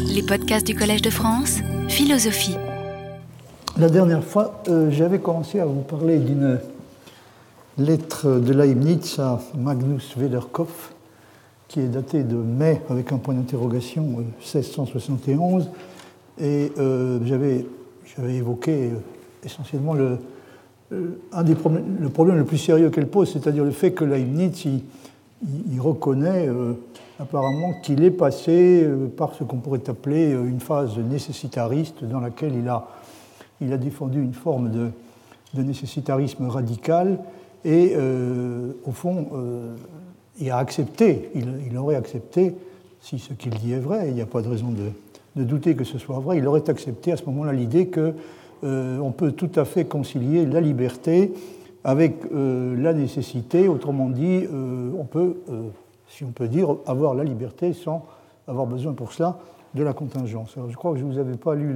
Les podcasts du Collège de France, philosophie. La dernière fois, j'avais commencé à vous parler d'une lettre de Leibniz à Magnus Vederkopf, qui est datée de mai, avec un point d'interrogation, 1671. Et j'avais évoqué essentiellement le problème le plus sérieux qu'elle pose, c'est-à-dire le fait que Leibniz il reconnaît apparemment qu'il est passé par ce qu'on pourrait appeler une phase nécessitariste dans laquelle il a défendu une forme de nécessitarisme radical et au fond il aurait accepté, si ce qu'il dit est vrai, il n'y a pas de raison de douter que ce soit vrai, il aurait accepté à ce moment-là l'idée qu'on peut tout à fait concilier la liberté avec la nécessité, autrement dit, on peut, si on peut dire, avoir la liberté sans avoir besoin pour cela de la contingence. Alors, je crois que je ne vous avais pas lu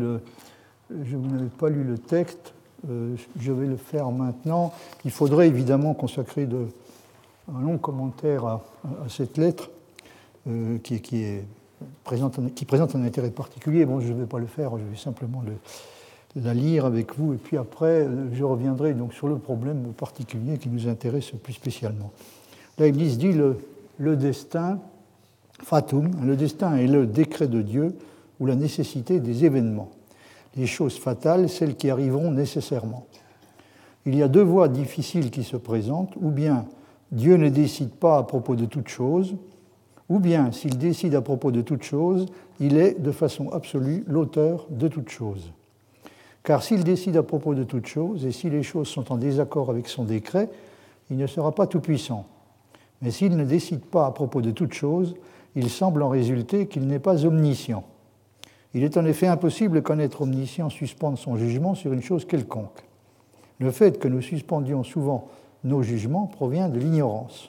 le texte, je vais le faire maintenant. Il faudrait évidemment consacrer un long commentaire à cette lettre qui présente un intérêt particulier. Bon, je ne vais pas le faire, je vais simplement la lire avec vous, et puis après, je reviendrai donc sur le problème particulier qui nous intéresse plus spécialement. Leibniz dit le destin, fatum, le destin est le décret de Dieu ou la nécessité des événements. Les choses fatales, celles qui arriveront nécessairement. Il y a deux voies difficiles qui se présentent, ou bien Dieu ne décide pas à propos de toute chose, ou bien, s'il décide à propos de toute chose, il est, de façon absolue, l'auteur de toute chose. Car s'il décide à propos de toute chose, et si les choses sont en désaccord avec son décret, il ne sera pas tout-puissant. Mais s'il ne décide pas à propos de toute chose, il semble en résulter qu'il n'est pas omniscient. Il est en effet impossible qu'un être omniscient suspende son jugement sur une chose quelconque. Le fait que nous suspendions souvent nos jugements provient de l'ignorance.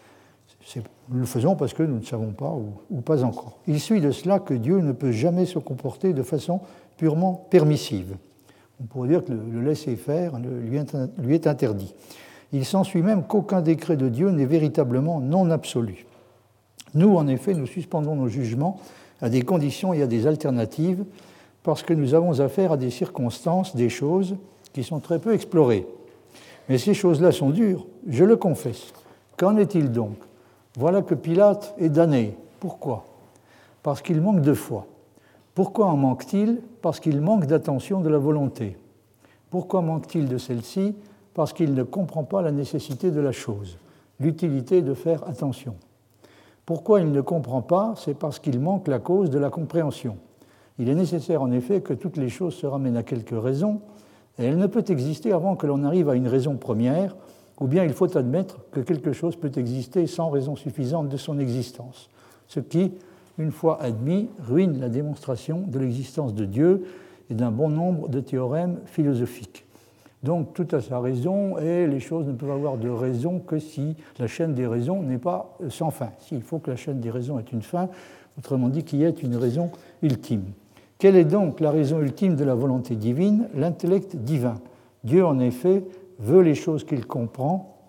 Nous le faisons parce que nous ne savons pas ou pas encore. Il suit de cela que Dieu ne peut jamais se comporter de façon purement permissive. On pourrait dire que le laisser-faire lui est interdit. Il s'ensuit même qu'aucun décret de Dieu n'est véritablement non absolu. Nous, en effet, nous suspendons nos jugements à des conditions et à des alternatives parce que nous avons affaire à des circonstances, des choses qui sont très peu explorées. Mais ces choses-là sont dures, je le confesse. Qu'en est-il donc ? Voilà que Pilate est damné. Pourquoi ? Parce qu'il manque de foi. Pourquoi en manque-t-il ? Parce qu'il manque d'attention de la volonté. Pourquoi manque-t-il de celle-ci ? Parce qu'il ne comprend pas la nécessité de la chose, l'utilité de faire attention. Pourquoi il ne comprend pas ? C'est parce qu'il manque la cause de la compréhension. Il est nécessaire en effet que toutes les choses se ramènent à quelque raison, et elle ne peut exister avant que l'on arrive à une raison première, ou bien il faut admettre que quelque chose peut exister sans raison suffisante de son existence, ce qui, une fois admis, ruine la démonstration de l'existence de Dieu et d'un bon nombre de théorèmes philosophiques. Donc tout a sa raison, et les choses ne peuvent avoir de raison que si la chaîne des raisons n'est pas sans fin. S'il faut que la chaîne des raisons ait une fin, autrement dit qu'il y ait une raison ultime. Quelle est donc la raison ultime de la volonté divine ? L'intellect divin. Dieu, en effet, veut les choses qu'il comprend.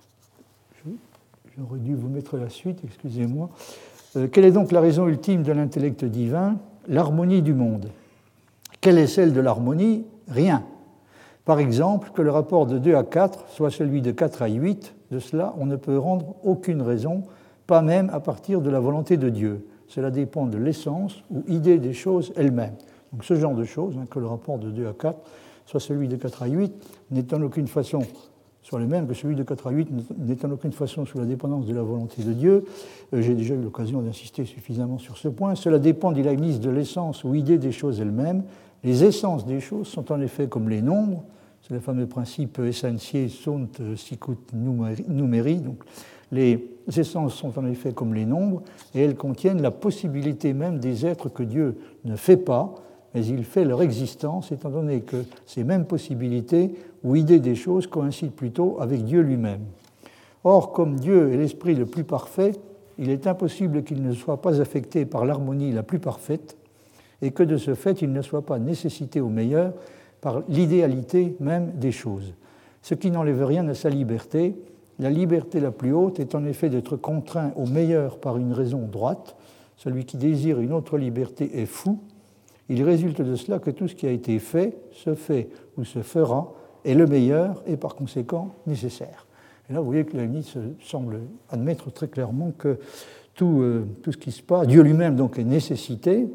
J'aurais dû vous mettre la suite, excusez-moi. Quelle est donc la raison ultime de l'intellect divin ? L'harmonie du monde. Quelle est celle de l'harmonie ? Rien. Par exemple, que le rapport de 2 à 4 soit celui de 4 à 8, de cela on ne peut rendre aucune raison, pas même à partir de la volonté de Dieu. Cela dépend de l'essence ou idée des choses elles-mêmes. Donc ce genre de choses, que le rapport de 2 à 4 soit celui de 4 à 8, n'est en aucune façon, soit le même que celui de 4 à 8, n'est en aucune façon sous la dépendance de la volonté de Dieu. J'ai déjà eu l'occasion d'insister suffisamment sur ce point. Cela dépend, dit Leibniz, de l'essence ou idée des choses elles-mêmes. Les essences des choses sont en effet comme les nombres, c'est le fameux principe essentia sunt sicut numeri. Donc, les essences sont en effet comme les nombres, et elles contiennent la possibilité même des êtres que Dieu ne fait pas, mais il fait leur existence, étant donné que ces mêmes possibilités ou idées des choses coïncident plutôt avec Dieu lui-même. Or, comme Dieu est l'esprit le plus parfait, il est impossible qu'il ne soit pas affecté par l'harmonie la plus parfaite, et que de ce fait, il ne soit pas nécessité au meilleur par l'idéalité même des choses. Ce qui n'enlève rien à sa liberté. La liberté la plus haute est en effet d'être contraint au meilleur par une raison droite, celui qui désire une autre liberté est fou, il résulte de cela que tout ce qui a été fait, se fait ou se fera est le meilleur et par conséquent nécessaire. Et là, vous voyez que Leibniz semble admettre très clairement que tout ce qui se passe, Dieu lui-même donc est nécessité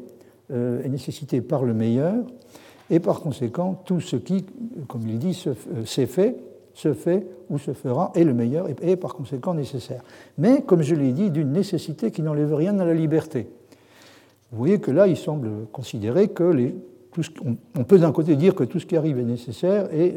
par le meilleur, et par conséquent, tout ce qui, comme il dit, s'est fait, se fait ou se fera est le meilleur et par conséquent nécessaire. Mais, comme je l'ai dit, d'une nécessité qui n'enlève rien à la liberté. Vous voyez que là, il semble considérer que on peut d'un côté dire que tout ce qui arrive est nécessaire et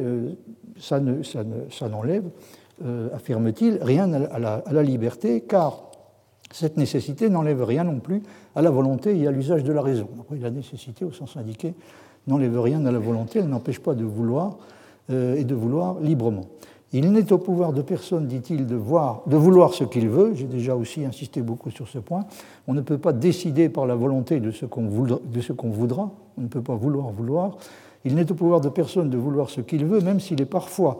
ça n'enlève, affirme-t-il, rien à la liberté, car cette nécessité n'enlève rien non plus à la volonté et à l'usage de la raison. Donc, la nécessité, au sens indiqué, n'enlève rien à la volonté, elle n'empêche pas de vouloir et de vouloir librement. Il n'est au pouvoir de personne, dit-il, de vouloir ce qu'il veut. J'ai déjà aussi insisté beaucoup sur ce point. On ne peut pas décider par la volonté de ce qu'on voudra. On ne peut pas vouloir. Il n'est au pouvoir de personne de vouloir ce qu'il veut, même s'il est parfois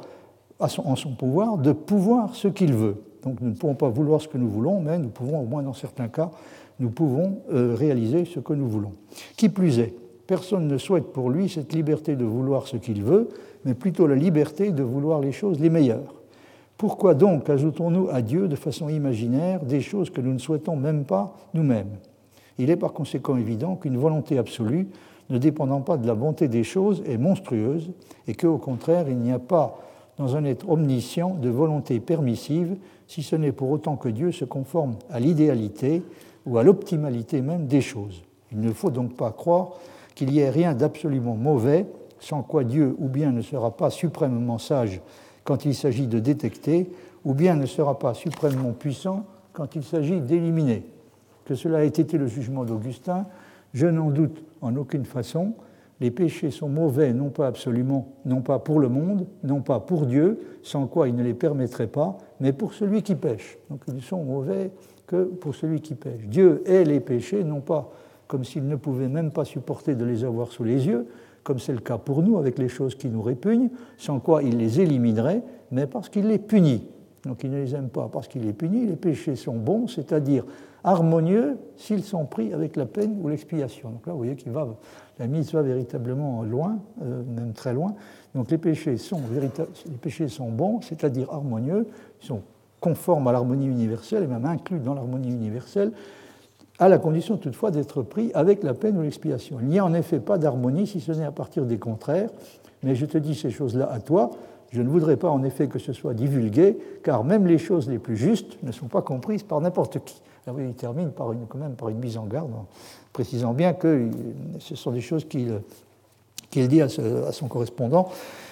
en son pouvoir de pouvoir ce qu'il veut. Donc nous ne pouvons pas vouloir ce que nous voulons, mais nous pouvons, au moins dans certains cas, nous pouvons réaliser ce que nous voulons. Qui plus est, personne ne souhaite pour lui cette liberté de vouloir ce qu'il veut, mais plutôt la liberté de vouloir les choses les meilleures. Pourquoi donc ajoutons-nous à Dieu de façon imaginaire des choses que nous ne souhaitons même pas nous-mêmes? Il est par conséquent évident qu'une volonté absolue, ne dépendant pas de la bonté des choses, est monstrueuse et qu'au contraire, il n'y a pas dans un être omniscient de volonté permissive, si ce n'est pour autant que Dieu se conforme à l'idéalité ou à l'optimalité même des choses. Il ne faut donc pas croire qu'il y ait rien d'absolument mauvais, sans quoi Dieu ou bien ne sera pas suprêmement sage quand il s'agit de détecter, ou bien ne sera pas suprêmement puissant quand il s'agit d'éliminer. Que cela ait été le jugement d'Augustin, je n'en doute en aucune façon. Les péchés sont mauvais, non pas absolument, non pas pour le monde, non pas pour Dieu, sans quoi il ne les permettrait pas, mais pour celui qui pêche. Donc ils sont mauvais que pour celui qui pêche. Dieu hait les péchés, non pas comme s'il ne pouvait même pas supporter de les avoir sous les yeux, comme c'est le cas pour nous avec les choses qui nous répugnent, sans quoi il les éliminerait, mais parce qu'il les punit. Donc il ne les aime pas parce qu'il les punit. Les péchés sont bons, c'est-à-dire harmonieux s'ils sont pris avec la peine ou l'expiation. Donc là, vous voyez la mise va véritablement loin, même très loin. Donc les péchés sont bons, c'est-à-dire harmonieux, ils sont conformes à l'harmonie universelle et même inclus dans l'harmonie universelle, à la condition toutefois d'être pris avec la peine ou l'expiation. Il n'y a en effet pas d'harmonie si ce n'est à partir des contraires, mais je te dis ces choses-là à toi. Je ne voudrais pas en effet que ce soit divulgué, car même les choses les plus justes ne sont pas comprises par n'importe qui. Alors, il termine par une mise en garde, en précisant bien que ce sont des choses qu'il dit à son correspondant,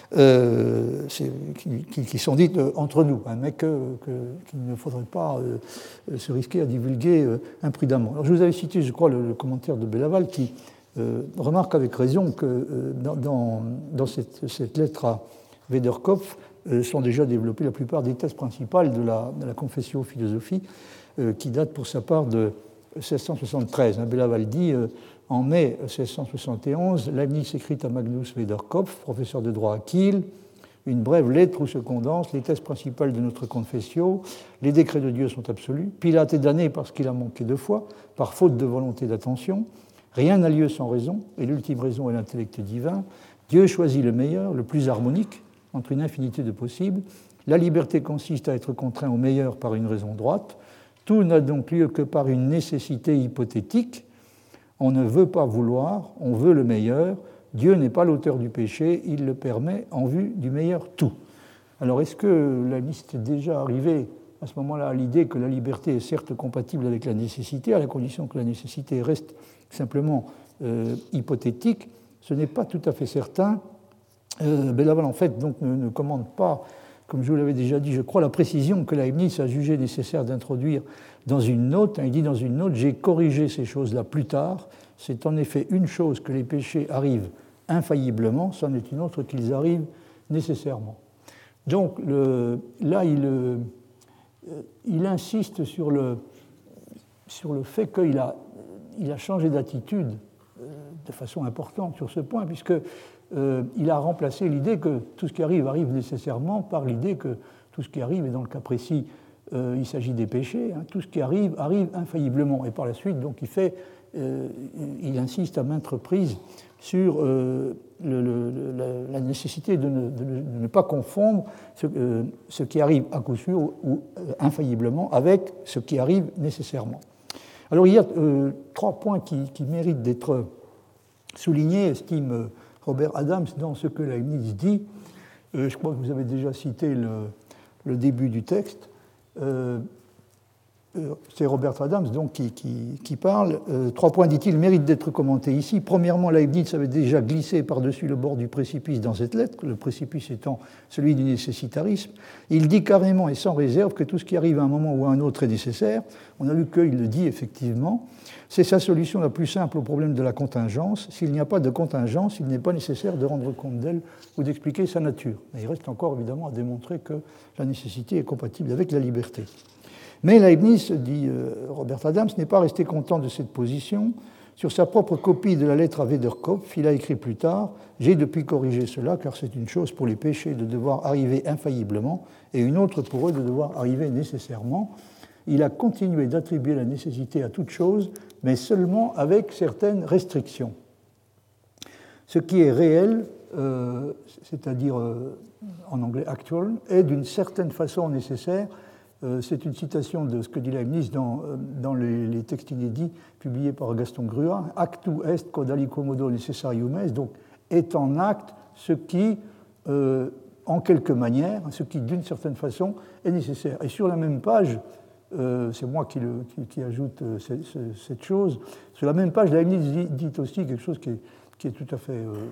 qui sont dites entre nous, hein, mais qu'il ne faudrait pas se risquer à divulguer imprudemment. Alors, je vous avais cité, je crois, le commentaire de Bellaval qui remarque avec raison que dans cette lettre à Vederkopf sont déjà développées la plupart des thèses principales de la Confessio Philosophie, qui date pour sa part de 1673. Bellaval dit en mai 1671, Leibniz écrit à Magnus Vederkopf, professeur de droit à Kiel, une brève lettre où se condensent les thèses principales de notre Confessio. Les décrets de Dieu sont absolus. Pilate est damné parce qu'il a manqué de foi, par faute de volonté d'attention. Rien n'a lieu sans raison, et l'ultime raison est l'intellect divin. Dieu choisit le meilleur, le plus harmonique, entre une infinité de possibles. La liberté consiste à être contraint au meilleur par une raison droite. Tout n'a donc lieu que par une nécessité hypothétique. On ne veut pas vouloir, on veut le meilleur. Dieu n'est pas l'auteur du péché, il le permet en vue du meilleur tout. Alors, est-ce que la liste est déjà arrivée à ce moment-là à l'idée que la liberté est certes compatible avec la nécessité, à la condition que la nécessité reste simplement hypothétique? Ce n'est pas tout à fait certain. Bellaval, en fait, donc, ne commande pas, comme je vous l'avais déjà dit, je crois, la précision que Leibniz a jugé nécessaire d'introduire dans une note. Il dit dans une note, j'ai corrigé ces choses-là plus tard. C'est en effet une chose que les péchés arrivent infailliblement, c'en est une autre qu'ils arrivent nécessairement. Donc là, il insiste sur le fait qu'il a changé d'attitude de façon importante sur ce point, puisqu'il a remplacé l'idée que tout ce qui arrive nécessairement par l'idée que tout ce qui arrive, et dans le cas précis il s'agit des péchés, hein, tout ce qui arrive infailliblement. Et par la suite, donc, il insiste à maintes reprises sur la nécessité de ne pas confondre ce qui arrive à coup sûr ou infailliblement avec ce qui arrive nécessairement. Alors il y a 3 points qui méritent d'être soulignés, estime Robert Adams, dans ce que Leibniz dit. Je crois que vous avez déjà cité le début du texte. C'est Robert Adams donc, qui parle. 3 points, dit-il, méritent d'être commentés ici. Premièrement, Leibniz avait déjà glissé par-dessus le bord du précipice dans cette lettre, le précipice étant celui du nécessitarisme. Il dit carrément et sans réserve que tout ce qui arrive à un moment ou à un autre est nécessaire. On a vu qu'il le dit effectivement. C'est sa solution la plus simple au problème de la contingence. S'il n'y a pas de contingence, il n'est pas nécessaire de rendre compte d'elle ou d'expliquer sa nature. Mais il reste encore évidemment à démontrer que la nécessité est compatible avec la liberté. Mais Leibniz, dit Robert Adams, n'est pas resté content de cette position. Sur sa propre copie de la lettre à Wederkopf, il a écrit plus tard « J'ai depuis corrigé cela, car c'est une chose pour les péchés de devoir arriver infailliblement et une autre pour eux de devoir arriver nécessairement. Il a continué d'attribuer la nécessité à toute chose, mais seulement avec certaines restrictions. Ce qui est réel, c'est-à-dire en anglais actual, est d'une certaine façon nécessaire. C'est une citation de ce que dit Leibniz dans les textes inédits publiés par Gaston Grua. « Actu est quod aliquo modo necessarium est », donc est en acte ce qui, en quelque manière, ce qui d'une certaine façon est nécessaire. Et sur la même page, c'est moi qui ajoute cette chose, sur la même page, Leibniz dit aussi quelque chose qui est tout à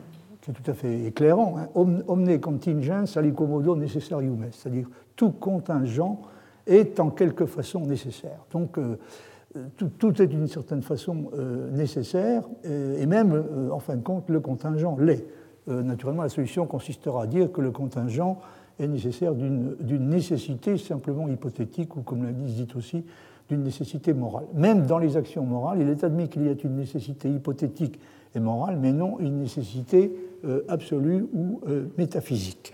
fait éclairant. Hein. « Omne contingens aliquo modo necessarium est », c'est-à-dire tout contingent est en quelque façon nécessaire. Donc, tout est d'une certaine façon nécessaire, et même, en fin de compte, le contingent l'est. Naturellement, la solution consistera à dire que le contingent est nécessaire d'une nécessité simplement hypothétique, ou comme Leibniz dit aussi, d'une nécessité morale. Même dans les actions morales, il est admis qu'il y a une nécessité hypothétique et morale, mais non une nécessité absolue ou métaphysique.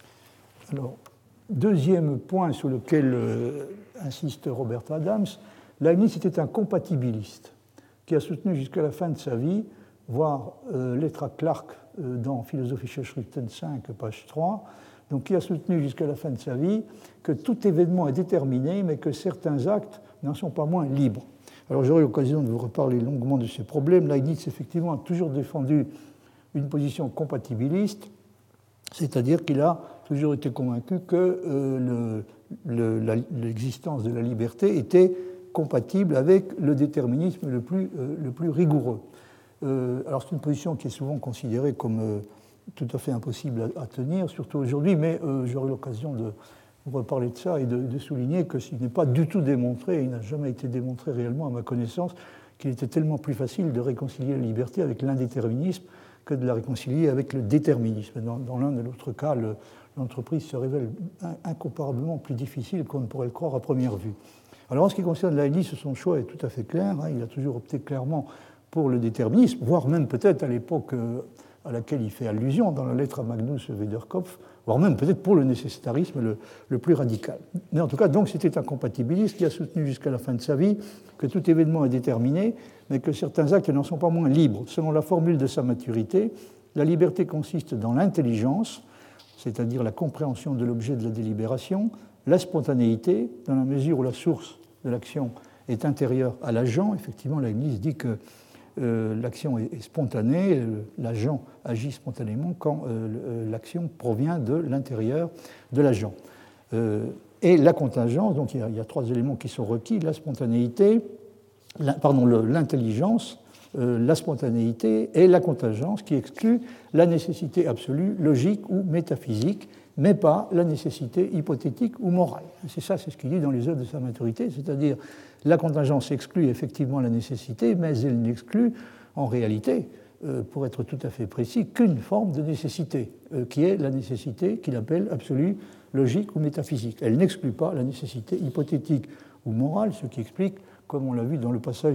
Alors, deuxième point sur lequel insiste Robert Adams, Leibniz était un compatibiliste qui a soutenu jusqu'à la fin de sa vie, voire lettre à Clarke dans Philosophische Schriften 5, page 3, donc qui a soutenu jusqu'à la fin de sa vie que tout événement est déterminé, mais que certains actes n'en sont pas moins libres. Alors j'aurai l'occasion de vous reparler longuement de ces problèmes. Leibniz, effectivement, a toujours défendu une position compatibiliste, c'est-à-dire qu'il a toujours été convaincu que l'existence de la liberté était compatible avec le déterminisme le plus rigoureux. Alors c'est une position qui est souvent considérée comme tout à fait impossible à tenir, surtout aujourd'hui, mais j'aurai l'occasion de vous reparler de ça et de souligner que ce n'est pas du tout démontré, il n'a jamais été démontré réellement à ma connaissance, qu'il était tellement plus facile de réconcilier la liberté avec l'indéterminisme que de la réconcilier avec le déterminisme. Dans l'un et l'autre cas, l'entreprise se révèle incomparablement plus difficile qu'on ne pourrait le croire à première vue. Alors en ce qui concerne Leibniz, son choix est tout à fait clair. Hein, il a toujours opté clairement pour le déterminisme, voire même peut-être à l'époque à laquelle il fait allusion dans la lettre à Magnus Wederkopf, voire même peut-être pour le nécessitarisme le plus radical. Mais en tout cas, donc, c'était un compatibiliste qui a soutenu jusqu'à la fin de sa vie que tout événement est déterminé, mais que certains actes n'en sont pas moins libres. Selon la formule de sa maturité, la liberté consiste dans l'intelligence, c'est-à-dire la compréhension de l'objet de la délibération, la spontanéité, dans la mesure où la source de l'action est intérieure à l'agent. Effectivement, Leibniz dit que l'action est spontanée, l'agent agit spontanément quand l'action provient de l'intérieur de l'agent. Et la contingence, donc il y a 3 éléments qui sont requis, la spontanéité, l'intelligence, la spontanéité et la contingence qui exclut la nécessité absolue, logique ou métaphysique, mais pas la nécessité hypothétique ou morale. C'est ce qu'il dit dans les œuvres de sa maturité, c'est-à-dire la contingence exclut effectivement la nécessité, mais elle n'exclut en réalité, pour être tout à fait précis, qu'une forme de nécessité, qui est la nécessité qu'il appelle absolue, logique ou métaphysique. Elle n'exclut pas la nécessité hypothétique ou morale, ce qui explique, comme on l'a vu dans le passage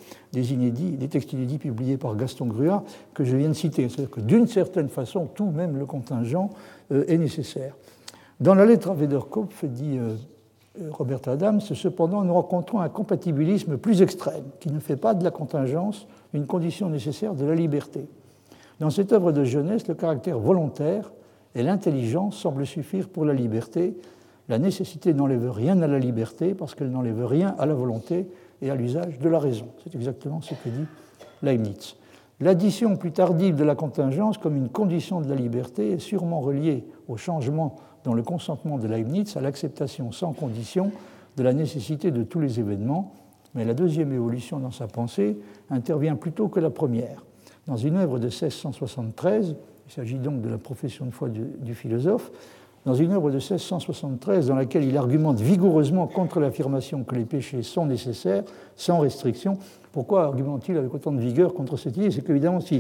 des textes inédits publiés par Gaston Grua, que je viens de citer. C'est-à-dire que d'une certaine façon, tout, même le contingent, est nécessaire. Dans la lettre à Wederkopf, dit Robert Adams, cependant, nous rencontrons un compatibilisme plus extrême, qui ne fait pas de la contingence une condition nécessaire de la liberté. Dans cette œuvre de jeunesse, le caractère volontaire et l'intelligence semblent suffire pour la liberté. La nécessité n'enlève rien à la liberté parce qu'elle n'enlève rien à la volonté et à l'usage de la raison. C'est exactement ce que dit Leibniz. L'addition plus tardive de la contingence comme une condition de la liberté est sûrement reliée au changement dans le consentement de Leibniz à l'acceptation sans condition de la nécessité de tous les événements, mais la deuxième évolution dans sa pensée intervient plus tôt que la première. Dans une œuvre de 1673, il s'agit donc de la profession de foi du philosophe, dans une œuvre de 1673 dans laquelle il argumente vigoureusement contre l'affirmation que les péchés sont nécessaires, sans restriction. Pourquoi argumente-t-il avec autant de vigueur contre cette idée? C'est qu'évidemment, si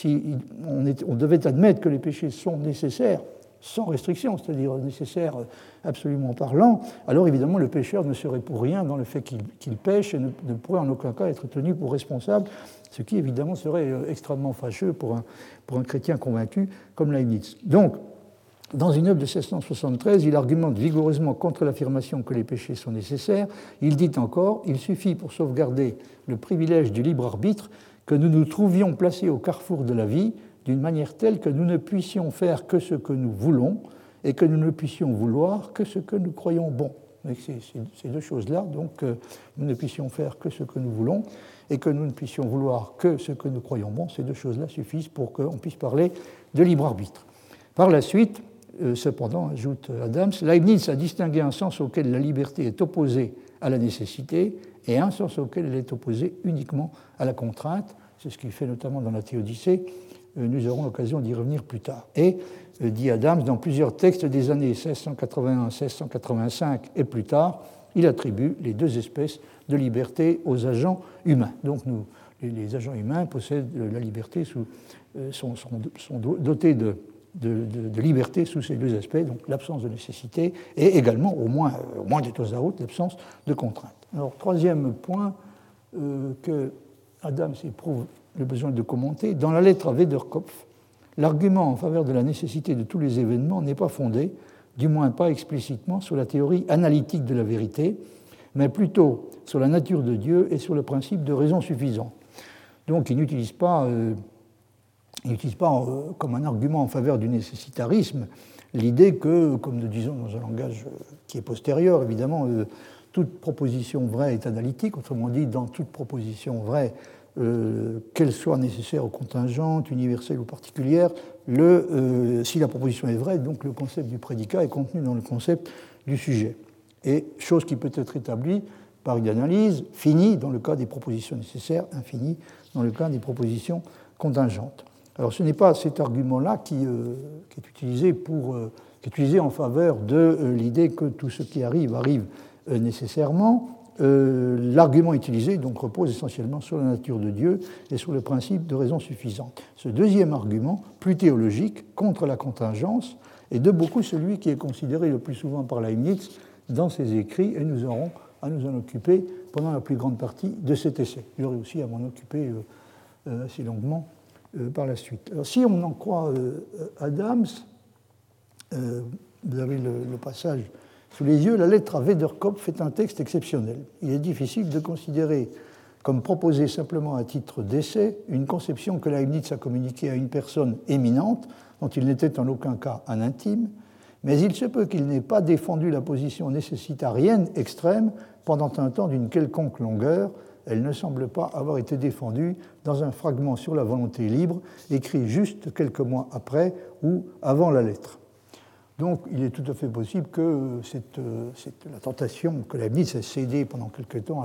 on devait admettre que les péchés sont nécessaires, sans restriction, c'est-à-dire nécessaires absolument parlant, alors évidemment le pécheur ne serait pour rien dans le fait qu'il pêche et ne pourrait en aucun cas être tenu pour responsable, ce qui évidemment serait extrêmement fâcheux pour un chrétien convaincu comme Leibniz. Donc, dans une œuvre de 1673, il argumente vigoureusement contre l'affirmation que les péchés sont nécessaires. Il dit encore « Il suffit pour sauvegarder le privilège du libre arbitre que nous nous trouvions placés au carrefour de la vie d'une manière telle que nous ne puissions faire que ce que nous voulons et que nous ne puissions vouloir que ce que nous croyons bon. » Ces deux choses-là, donc nous ne puissions faire que ce que nous voulons et que nous ne puissions vouloir que ce que nous croyons bon, ces deux choses-là suffisent pour qu'on puisse parler de libre arbitre. Par la suite, cependant, ajoute Adams, Leibniz a distingué un sens auquel la liberté est opposée à la nécessité et un sens auquel elle est opposée uniquement à la contrainte. C'est ce qu'il fait notamment dans la Théodicée. Nous aurons l'occasion d'y revenir plus tard. Et, dit Adams, dans plusieurs textes des années 1681, 1685 et plus tard, il attribue les deux espèces de liberté aux agents humains. Donc les agents humains possèdent la liberté, sont dotés de liberté sous ces deux aspects, donc l'absence de nécessité et également, au moins de temps à autre, l'absence de contrainte. Alors, troisième point que Adams éprouve le besoin de commenter, dans la lettre à Wederkopf, l'argument en faveur de la nécessité de tous les événements n'est pas fondé, du moins pas explicitement, sur la théorie analytique de la vérité, mais plutôt sur la nature de Dieu et sur le principe de raison suffisante. Donc, il n'utilise pas comme un argument en faveur du nécessitarisme l'idée que, comme nous disons dans un langage qui est postérieur, évidemment, toute proposition vraie est analytique, autrement dit, dans toute proposition vraie, qu'elle soit nécessaire ou contingente, universelle ou particulière, si la proposition est vraie, donc le concept du prédicat est contenu dans le concept du sujet. Et chose qui peut être établie par une analyse finie dans le cas des propositions nécessaires, infinie dans le cas des propositions contingentes. Alors ce n'est pas cet argument-là qui est utilisé en faveur de l'idée que tout ce qui arrive nécessairement. L'argument utilisé donc repose essentiellement sur la nature de Dieu et sur le principe de raison suffisante. Ce deuxième argument, plus théologique, contre la contingence, est de beaucoup celui qui est considéré le plus souvent par Leibniz dans ses écrits, et nous aurons à nous en occuper pendant la plus grande partie de cet essai. J'aurai aussi à m'en occuper assez longuement par la suite. Alors, si on en croit Adams, vous avez le passage sous les yeux, la lettre à Wederkopf est un texte exceptionnel. Il est difficile de considérer comme proposé simplement à titre d'essai une conception que Leibniz a communiquée à une personne éminente, dont il n'était en aucun cas un intime, mais il se peut qu'il n'ait pas défendu la position nécessitarienne extrême pendant un temps d'une quelconque longueur. Elle ne semble pas avoir été défendue dans un fragment sur la volonté libre, écrit juste quelques mois après ou avant la lettre. Donc il est tout à fait possible que la tentation que Leibniz ait cédé pendant quelque temps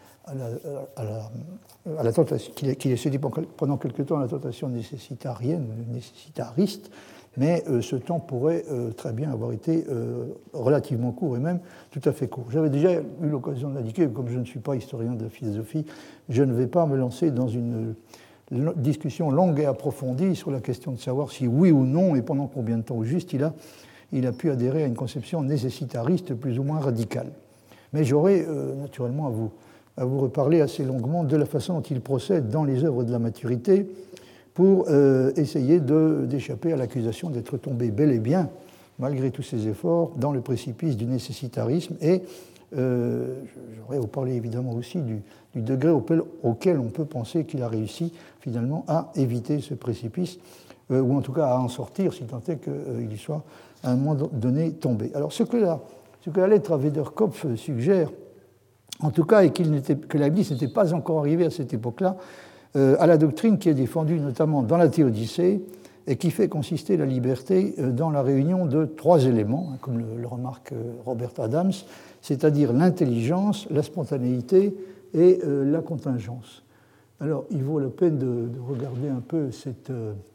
à la tentation, qu'il ait cédé pendant quelque temps à la tentation nécessitarienne, nécessitariste, mais ce temps pourrait très bien avoir été relativement court et même tout à fait court. J'avais déjà eu l'occasion de l'indiquer, comme je ne suis pas historien de philosophie, je ne vais pas me lancer dans une discussion longue et approfondie sur la question de savoir si oui ou non et pendant combien de temps au juste il a pu adhérer à une conception nécessitariste plus ou moins radicale. Mais j'aurai naturellement à vous reparler assez longuement de la façon dont il procède dans les œuvres de la maturité pour essayer d'échapper à l'accusation d'être tombé bel et bien, malgré tous ses efforts, dans le précipice du nécessitarisme et j'aurais vous parler évidemment aussi du degré auquel on peut penser qu'il a réussi finalement à éviter ce précipice, ou en tout cas à en sortir, si tant est qu'il y soit à un moment donné tombé. Alors ce que la lettre à Wedderkopf suggère, en tout cas, est que Leibniz n'était pas encore arrivé à cette époque-là à la doctrine qui est défendue notamment dans la Théodicée et qui fait consister la liberté dans la réunion de trois éléments, comme le remarque Robert Adams, c'est-à-dire l'intelligence, la spontanéité et la contingence. Alors, il vaut la peine de regarder un peu cette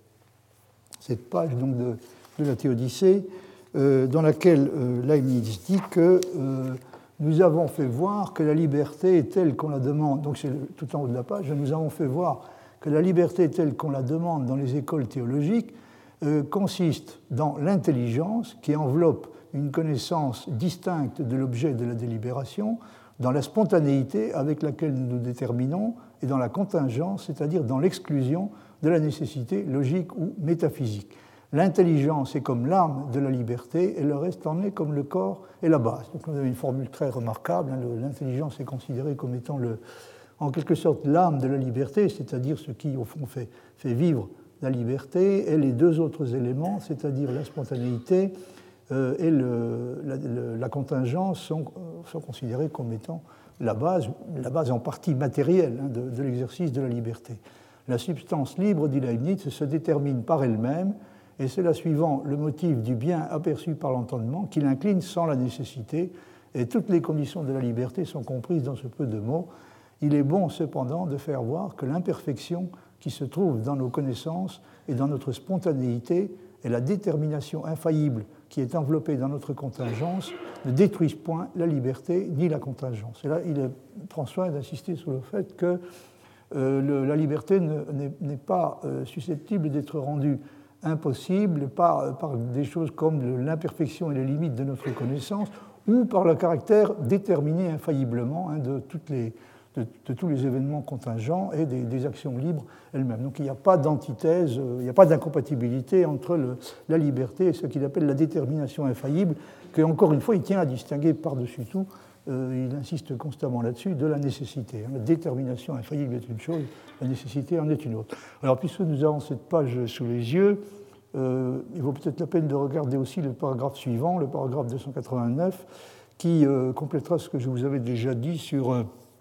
page donc, de la Théodicée, dans laquelle Leibniz dit que nous avons fait voir que la liberté est telle qu'on la demande, donc c'est tout en haut de la page, nous avons fait voir que la liberté telle qu'on la demande dans les écoles théologiques consiste dans l'intelligence qui enveloppe une connaissance distincte de l'objet de la délibération, dans la spontanéité avec laquelle nous nous déterminons et dans la contingence, c'est-à-dire dans l'exclusion de la nécessité logique ou métaphysique. L'intelligence est comme l'âme de la liberté et le reste en est comme le corps et la base. Donc on a une formule très remarquable, l'intelligence est considérée comme étant en quelque sorte l'âme de la liberté, c'est-à-dire ce qui au fond fait vivre la liberté, et les deux autres éléments, c'est-à-dire la spontanéité et la contingence sont considérés comme étant la base en partie matérielle de l'exercice de la liberté. La substance libre, dit Leibniz, se détermine par elle-même, et cela suivant le motif du bien aperçu par l'entendement, qui l'incline sans la nécessité, et toutes les conditions de la liberté sont comprises dans ce peu de mots. Il est bon cependant de faire voir que l'imperfection qui se trouve dans nos connaissances et dans notre spontanéité et la détermination infaillible qui est enveloppée dans notre contingence ne détruisent point la liberté ni la contingence. Et là, il prend soin d'insister sur le fait que la liberté n'est pas susceptible d'être rendue impossible par des choses comme l'imperfection et les limites de notre connaissance ou par le caractère déterminé infailliblement de tous les événements contingents et des actions libres elles-mêmes. Donc il n'y a pas d'antithèse, il n'y a pas d'incompatibilité entre la liberté et ce qu'il appelle la détermination infaillible, que encore une fois il tient à distinguer par-dessus tout, il insiste constamment là-dessus, de la nécessité. La détermination infaillible est une chose, la nécessité en est une autre. Alors puisque nous avons cette page sous les yeux, il vaut peut-être la peine de regarder aussi le paragraphe suivant, le paragraphe 289, qui complétera ce que je vous avais déjà dit sur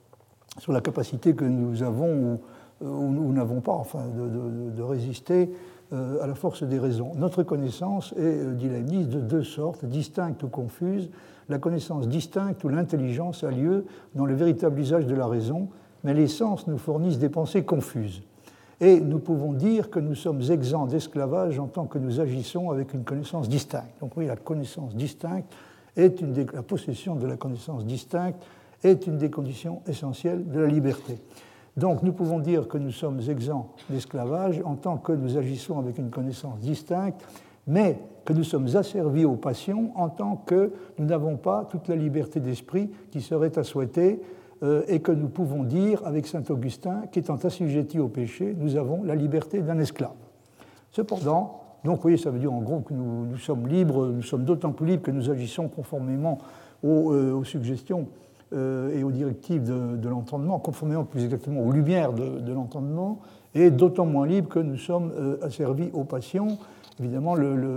la capacité que nous avons ou nous n'avons pas enfin, de résister à la force des raisons. Notre connaissance est, dit Leibniz, de deux sortes, distincte ou confuse. La connaissance distincte où l'intelligence a lieu dans le véritable usage de la raison, mais les sens nous fournissent des pensées confuses. Et nous pouvons dire que nous sommes exempts d'esclavage en tant que nous agissons avec une connaissance distincte. Donc oui, la connaissance distincte la possession de la connaissance distincte est une des conditions essentielles de la liberté. Donc nous pouvons dire que nous sommes exempts d'esclavage en tant que nous agissons avec une connaissance distincte, mais que nous sommes asservis aux passions en tant que nous n'avons pas toute la liberté d'esprit qui serait à souhaiter, et que nous pouvons dire avec saint Augustin qu'étant assujettis au péché, nous avons la liberté d'un esclave. Cependant, donc vous voyez, ça veut dire en gros que nous sommes libres, nous sommes d'autant plus libres que nous agissons conformément aux suggestions et aux directives de l'entendement, conformément plus exactement aux lumières de l'entendement, et d'autant moins libres que nous sommes asservis aux passions, évidemment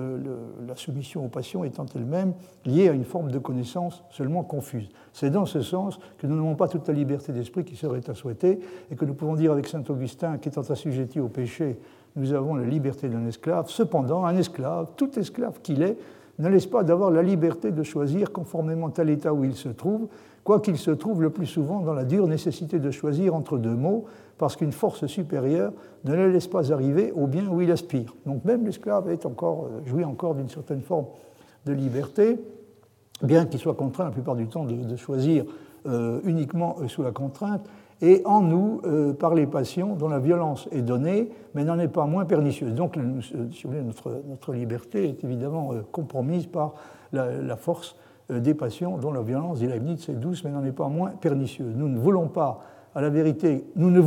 la soumission aux passions étant elle-même liée à une forme de connaissance seulement confuse. C'est dans ce sens que nous n'avons pas toute la liberté d'esprit qui serait à souhaiter, et que nous pouvons dire avec saint Augustin qu'étant assujetti au péché, nous avons la liberté d'un esclave. Cependant, un esclave, tout esclave qu'il est, ne laisse pas d'avoir la liberté de choisir conformément à l'état où il se trouve, quoiqu'il se trouve le plus souvent dans la dure nécessité de choisir entre deux maux, parce qu'une force supérieure ne le laisse pas arriver au bien où il aspire. Donc même l'esclave jouit encore d'une certaine forme de liberté, bien qu'il soit contraint la plupart du temps de choisir uniquement sous la contrainte, et en nous par les passions dont la violence est donnée, mais n'en est pas moins pernicieuse. Donc si vous voulez, notre liberté est évidemment compromise par la force des passions dont la violence, dit Leibniz, est douce, mais n'en est pas moins pernicieuse. Nous ne voulons à la vérité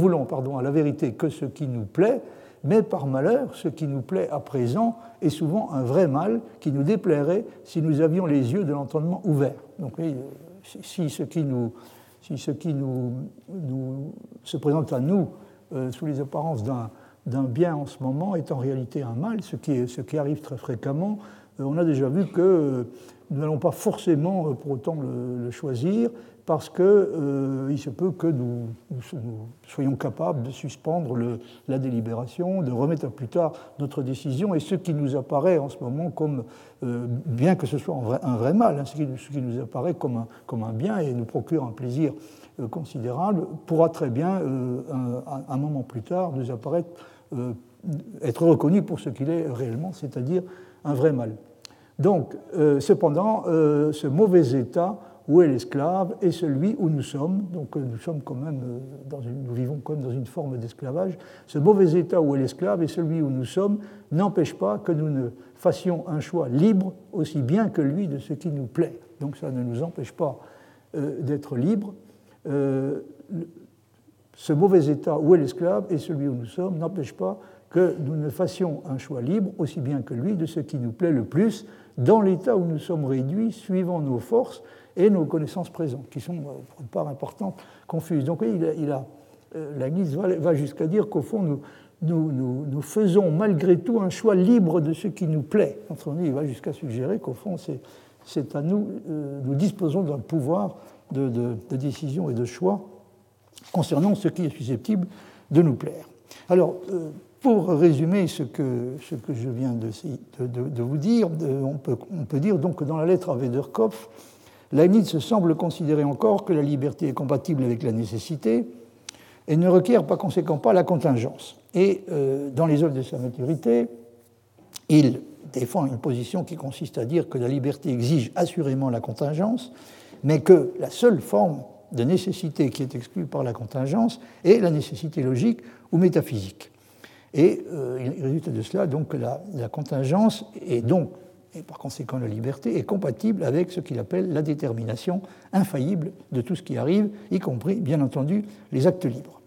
que ce qui nous plaît, mais par malheur, ce qui nous plaît à présent est souvent un vrai mal qui nous déplairait si nous avions les yeux de l'entendement ouverts. Donc oui, si ce qui se présente à nous sous les apparences d'un bien en ce moment est en réalité un mal, ce qui arrive très fréquemment, on a déjà vu que nous n'allons pas forcément pour autant le choisir, parce qu'il se peut que nous soyons capables de suspendre la délibération, de remettre à plus tard notre décision, et ce qui nous apparaît en ce moment comme, bien que ce soit un vrai mal, hein, ce qui nous apparaît comme un bien et nous procure un plaisir considérable, pourra très bien, un moment plus tard, nous apparaître, être reconnu pour ce qu'il est réellement, c'est-à-dire un vrai mal. Donc, cependant, ce mauvais état où est l'esclave est celui où nous sommes, donc nous sommes quand même nous vivons comme dans une forme d'esclavage. Ce mauvais état où est l'esclave et celui où nous sommes n'empêche pas que nous ne fassions un choix libre aussi bien que lui de ce qui nous plaît. Donc ça ne nous empêche pas d'être libres. Ce mauvais état où est l'esclave et celui où nous sommes n'empêche pas que nous ne fassions un choix libre aussi bien que lui de ce qui nous plaît le plus dans l'état où nous sommes réduits suivant nos forces et nos connaissances présentes, qui sont, pour une part importante, confuses. Donc oui, Leibniz va jusqu'à dire qu'au fond, nous faisons malgré tout un choix libre de ce qui nous plaît. Autrement dit, il va jusqu'à suggérer qu'au fond, c'est à nous, nous disposons d'un pouvoir de décision et de choix concernant ce qui est susceptible de nous plaire. Alors, pour résumer ce que je viens de vous dire, on peut dire donc que dans la lettre à Wederkopf, Leibniz semble considérer encore que la liberté est compatible avec la nécessité et ne requiert par conséquent pas la contingence. Et dans les œuvres de sa maturité, il défend une position qui consiste à dire que la liberté exige assurément la contingence, mais que la seule forme de nécessité qui est exclue par la contingence est la nécessité logique ou métaphysique. Et il résulte de cela donc que la contingence et par conséquent la liberté est compatible avec ce qu'il appelle la détermination infaillible de tout ce qui arrive, y compris, bien entendu, les actes libres.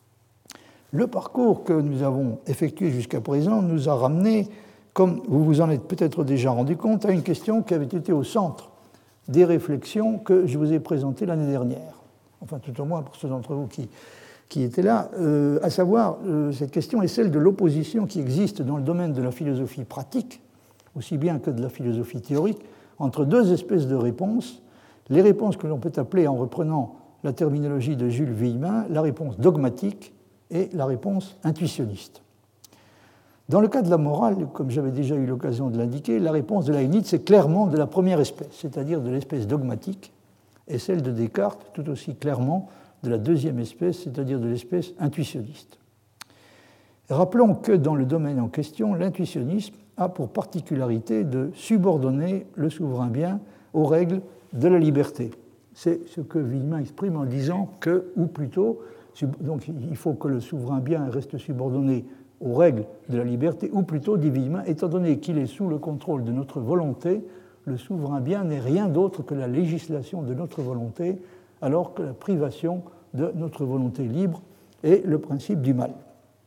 Le parcours que nous avons effectué jusqu'à présent nous a ramené, comme vous vous en êtes peut-être déjà rendu compte, à une question qui avait été au centre des réflexions que je vous ai présentées l'année dernière. Enfin, tout au moins pour ceux d'entre vous qui étaient là, à savoir, cette question est celle de l'opposition qui existe dans le domaine de la philosophie pratique, aussi bien que de la philosophie théorique, entre deux espèces de réponses, les réponses que l'on peut appeler, en reprenant la terminologie de Jules Villemin, la réponse dogmatique et la réponse intuitionniste. Dans le cas de la morale, comme j'avais déjà eu l'occasion de l'indiquer, la réponse de Leibniz est clairement de la première espèce, c'est-à-dire de l'espèce dogmatique, et celle de Descartes tout aussi clairement de la deuxième espèce, c'est-à-dire de l'espèce intuitionniste. Rappelons que dans le domaine en question, l'intuitionnisme a pour particularité de subordonner le souverain bien aux règles de la liberté. C'est ce que Villemin exprime en disant que, ou plutôt, donc il faut que le souverain bien reste subordonné aux règles de la liberté, ou plutôt, dit Villemin, étant donné qu'il est sous le contrôle de notre volonté, le souverain bien n'est rien d'autre que la législation de notre volonté, alors que la privation de notre volonté libre est le principe du mal.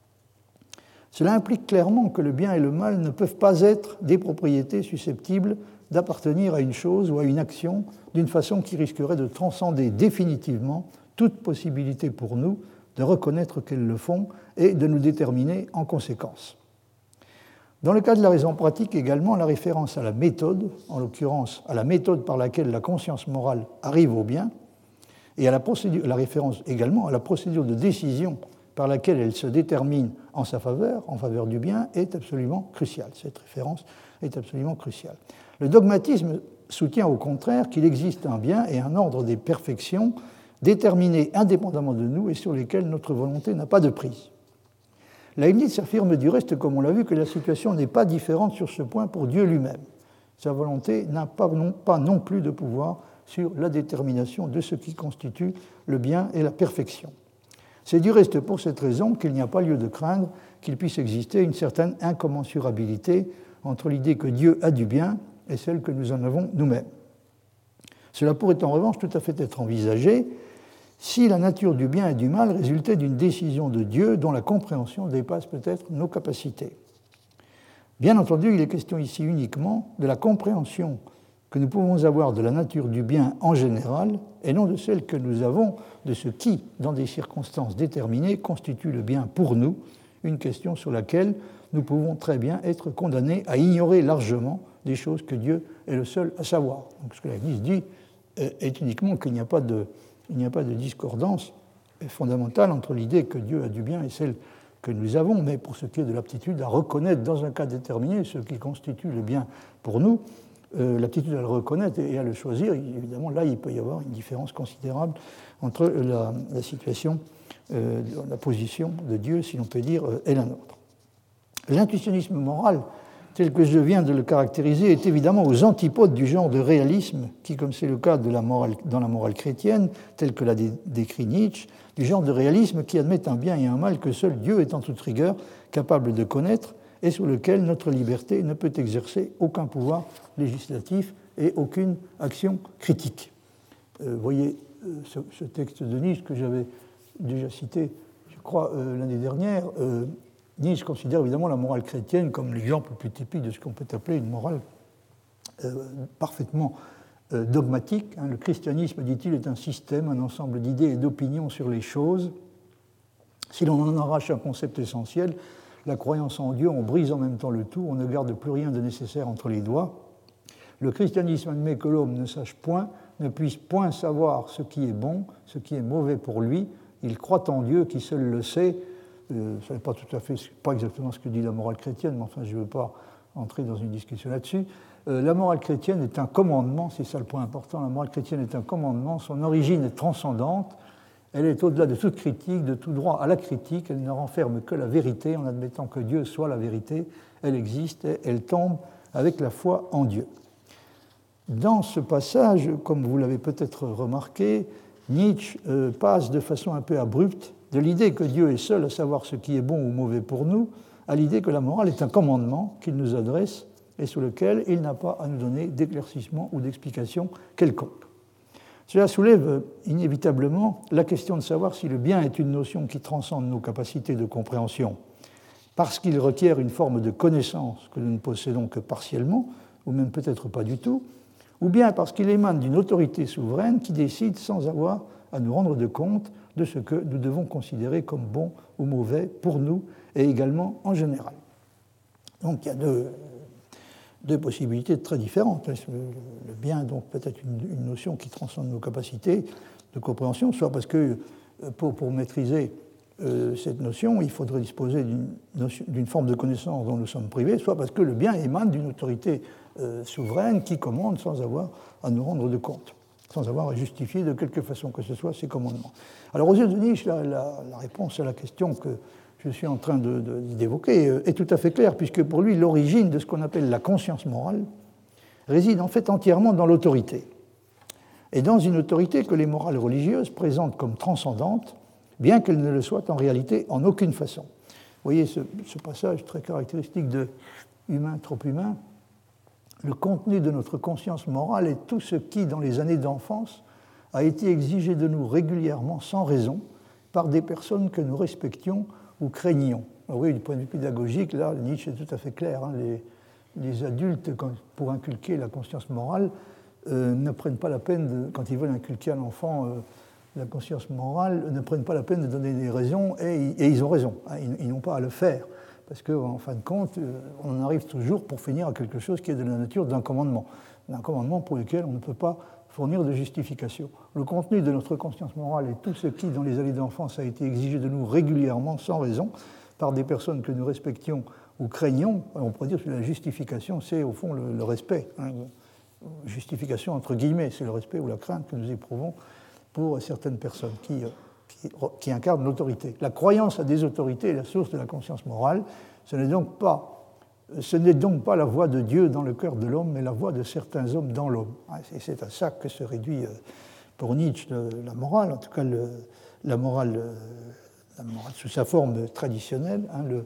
Cela implique clairement que le bien et le mal ne peuvent pas être des propriétés susceptibles d'appartenir à une chose ou à une action d'une façon qui risquerait de transcender définitivement toute possibilité pour nous de reconnaître qu'elles le font et de nous déterminer en conséquence. Dans le cas de la raison pratique également, la référence à la méthode, en l'occurrence à la méthode par laquelle la conscience morale arrive au bien, et à la référence également à la procédure de décision par laquelle elle se détermine en sa faveur, en faveur du bien, est absolument cruciale. Cette référence est absolument cruciale. Le dogmatisme soutient au contraire qu'il existe un bien et un ordre des perfections déterminés indépendamment de nous et sur lesquels notre volonté n'a pas de prise. Leibniz affirme du reste, comme on l'a vu, que la situation n'est pas différente sur ce point pour Dieu lui-même. Sa volonté n'a pas non plus de pouvoir sur la détermination de ce qui constitue le bien et la perfection. C'est du reste pour cette raison qu'il n'y a pas lieu de craindre qu'il puisse exister une certaine incommensurabilité entre l'idée que Dieu a du bien et celle que nous en avons nous-mêmes. Cela pourrait en revanche tout à fait être envisagé si la nature du bien et du mal résultait d'une décision de Dieu dont la compréhension dépasse peut-être nos capacités. Bien entendu, il est question ici uniquement de la compréhension que nous pouvons avoir de la nature du bien en général et non de celle que nous avons de ce qui, dans des circonstances déterminées, constitue le bien pour nous, une question sur laquelle nous pouvons très bien être condamnés à ignorer largement des choses que Dieu est le seul à savoir. Donc ce que l'Église dit est uniquement qu'il n'y a pas de discordance fondamentale entre l'idée que Dieu a du bien et celle que nous avons, mais pour ce qui est de l'aptitude à reconnaître dans un cas déterminé ce qui constitue le bien pour nous, l'aptitude à le reconnaître et à le choisir, évidemment, là, il peut y avoir une différence considérable entre la situation, la position de Dieu, si l'on peut dire, et la nôtre. L'intuitionnisme moral, tel que je viens de le caractériser, est évidemment aux antipodes du genre de réalisme qui, comme c'est le cas dans la morale chrétienne, telle que l'a décrit Nietzsche, du genre de réalisme qui admet un bien et un mal que seul Dieu est en toute rigueur capable de connaître et sur lequel notre liberté ne peut exercer aucun pouvoir législatif et aucune action critique. Voyez ce texte de Nietzsche que j'avais déjà cité, je crois, l'année dernière. Nietzsche considère évidemment la morale chrétienne comme l'exemple le plus typique de ce qu'on peut appeler une morale parfaitement dogmatique. Le christianisme, dit-il, est un système, un ensemble d'idées et d'opinions sur les choses. Si l'on en arrache un concept essentiel, la croyance en Dieu, on brise en même temps le tout, on ne garde plus rien de nécessaire entre les doigts. Le christianisme admet que l'homme ne sache point, ne puisse point savoir ce qui est bon, ce qui est mauvais pour lui. Il croit en Dieu qui seul le sait. Ce n'est pas exactement ce que dit la morale chrétienne, mais enfin je ne veux pas entrer dans une discussion là-dessus. La morale chrétienne est un commandement, c'est ça le point important, la morale chrétienne est un commandement, son origine est transcendante, elle est au-delà de toute critique, de tout droit à la critique, elle ne renferme que la vérité en admettant que Dieu soit la vérité, elle existe et elle tombe avec la foi en Dieu. Dans ce passage, comme vous l'avez peut-être remarqué, Nietzsche passe de façon un peu abrupte de l'idée que Dieu est seul à savoir ce qui est bon ou mauvais pour nous, à l'idée que la morale est un commandement qu'il nous adresse et sur lequel il n'a pas à nous donner d'éclaircissement ou d'explication quelconque. Cela soulève inévitablement la question de savoir si le bien est une notion qui transcende nos capacités de compréhension, parce qu'il requiert une forme de connaissance que nous ne possédons que partiellement, ou même peut-être pas du tout, ou bien parce qu'il émane d'une autorité souveraine qui décide sans avoir à nous rendre de compte de ce que nous devons considérer comme bon ou mauvais pour nous et également en général. Donc il y a deux possibilités très différentes. Le bien, donc, peut-être une notion qui transcende nos capacités de compréhension, soit parce que pour maîtriser cette notion, il faudrait disposer d'une forme de connaissance dont nous sommes privés, soit parce que le bien émane d'une autorité souveraine qui commande sans avoir à nous rendre de compte, sans avoir à justifier de quelque façon que ce soit ces commandements. Alors aux yeux de Nietzsche, la réponse à la question que je suis en train d'évoquer est tout à fait claire, puisque pour lui, l'origine de ce qu'on appelle la conscience morale réside en fait entièrement dans l'autorité. Et dans une autorité que les morales religieuses présentent comme transcendante, bien qu'elle ne le soit en réalité en aucune façon. Vous voyez ce passage très caractéristique de humain, trop humain. Le contenu de notre conscience morale est tout ce qui, dans les années d'enfance, a été exigé de nous régulièrement, sans raison, par des personnes que nous respections ou craignions. Alors oui, du point de vue pédagogique, là, Nietzsche est tout à fait clair. Les adultes, pour inculquer la conscience morale, ne prennent pas la peine, quand ils veulent inculquer à l'enfant la conscience morale, ne prennent pas la peine de donner des raisons, et ils ont raison, ils n'ont pas à le faire. Parce qu'en fin de compte, on arrive toujours pour finir à quelque chose qui est de la nature d'un commandement pour lequel on ne peut pas fournir de justification. Le contenu de notre conscience morale est tout ce qui, dans les années d'enfance, a été exigé de nous régulièrement, sans raison, par des personnes que nous respections ou craignions. On pourrait dire que la justification, c'est au fond le respect. Justification entre guillemets, c'est le respect ou la crainte que nous éprouvons pour certaines personnes qui incarnent l'autorité. La croyance à des autorités est la source de la conscience morale. Ce n'est donc pas la voix de Dieu dans le cœur de l'homme, mais la voix de certains hommes dans l'homme. Et c'est à ça que se réduit pour Nietzsche la morale, en tout cas la morale sous sa forme traditionnelle.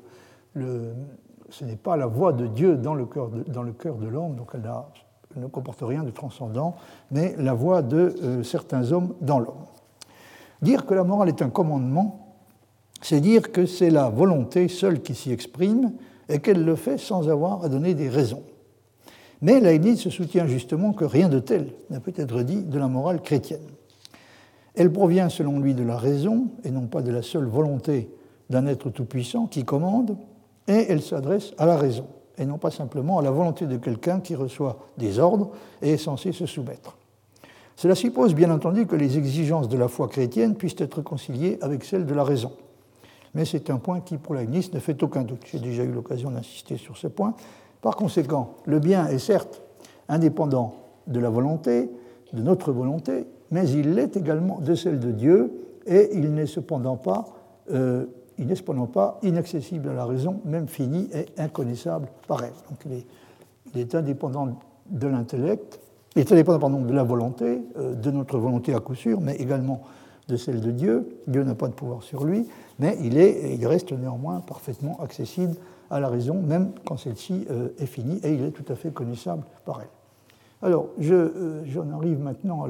Ce n'est pas la voix de Dieu dans le cœur de l'homme, donc elle ne comporte rien de transcendant, mais la voix de certains hommes dans l'homme. Dire que la morale est un commandement, c'est dire que c'est la volonté seule qui s'y exprime et qu'elle le fait sans avoir à donner des raisons. Mais Leibniz se soutient justement que rien de tel ne peut être dit de la morale chrétienne. Elle provient selon lui de la raison et non pas de la seule volonté d'un être tout-puissant qui commande, et elle s'adresse à la raison et non pas simplement à la volonté de quelqu'un qui reçoit des ordres et est censé se soumettre. Cela suppose bien entendu que les exigences de la foi chrétienne puissent être conciliées avec celles de la raison. Mais c'est un point qui, pour Leibniz, ne fait aucun doute. J'ai déjà eu l'occasion d'insister sur ce point. Par conséquent, le bien est certes indépendant de la volonté, de notre volonté, mais il l'est également de celle de Dieu, et il n'est cependant pas inaccessible à la raison, même finie et inconnaissable par elle. Donc il est indépendant de l'intellect, il est indépendant de la volonté, de notre volonté à coup sûr, mais également de celle de Dieu. Dieu n'a pas de pouvoir sur lui, mais il reste néanmoins parfaitement accessible à la raison, même quand celle-ci est finie, et il est tout à fait connaissable par elle. Alors, j'en arrive maintenant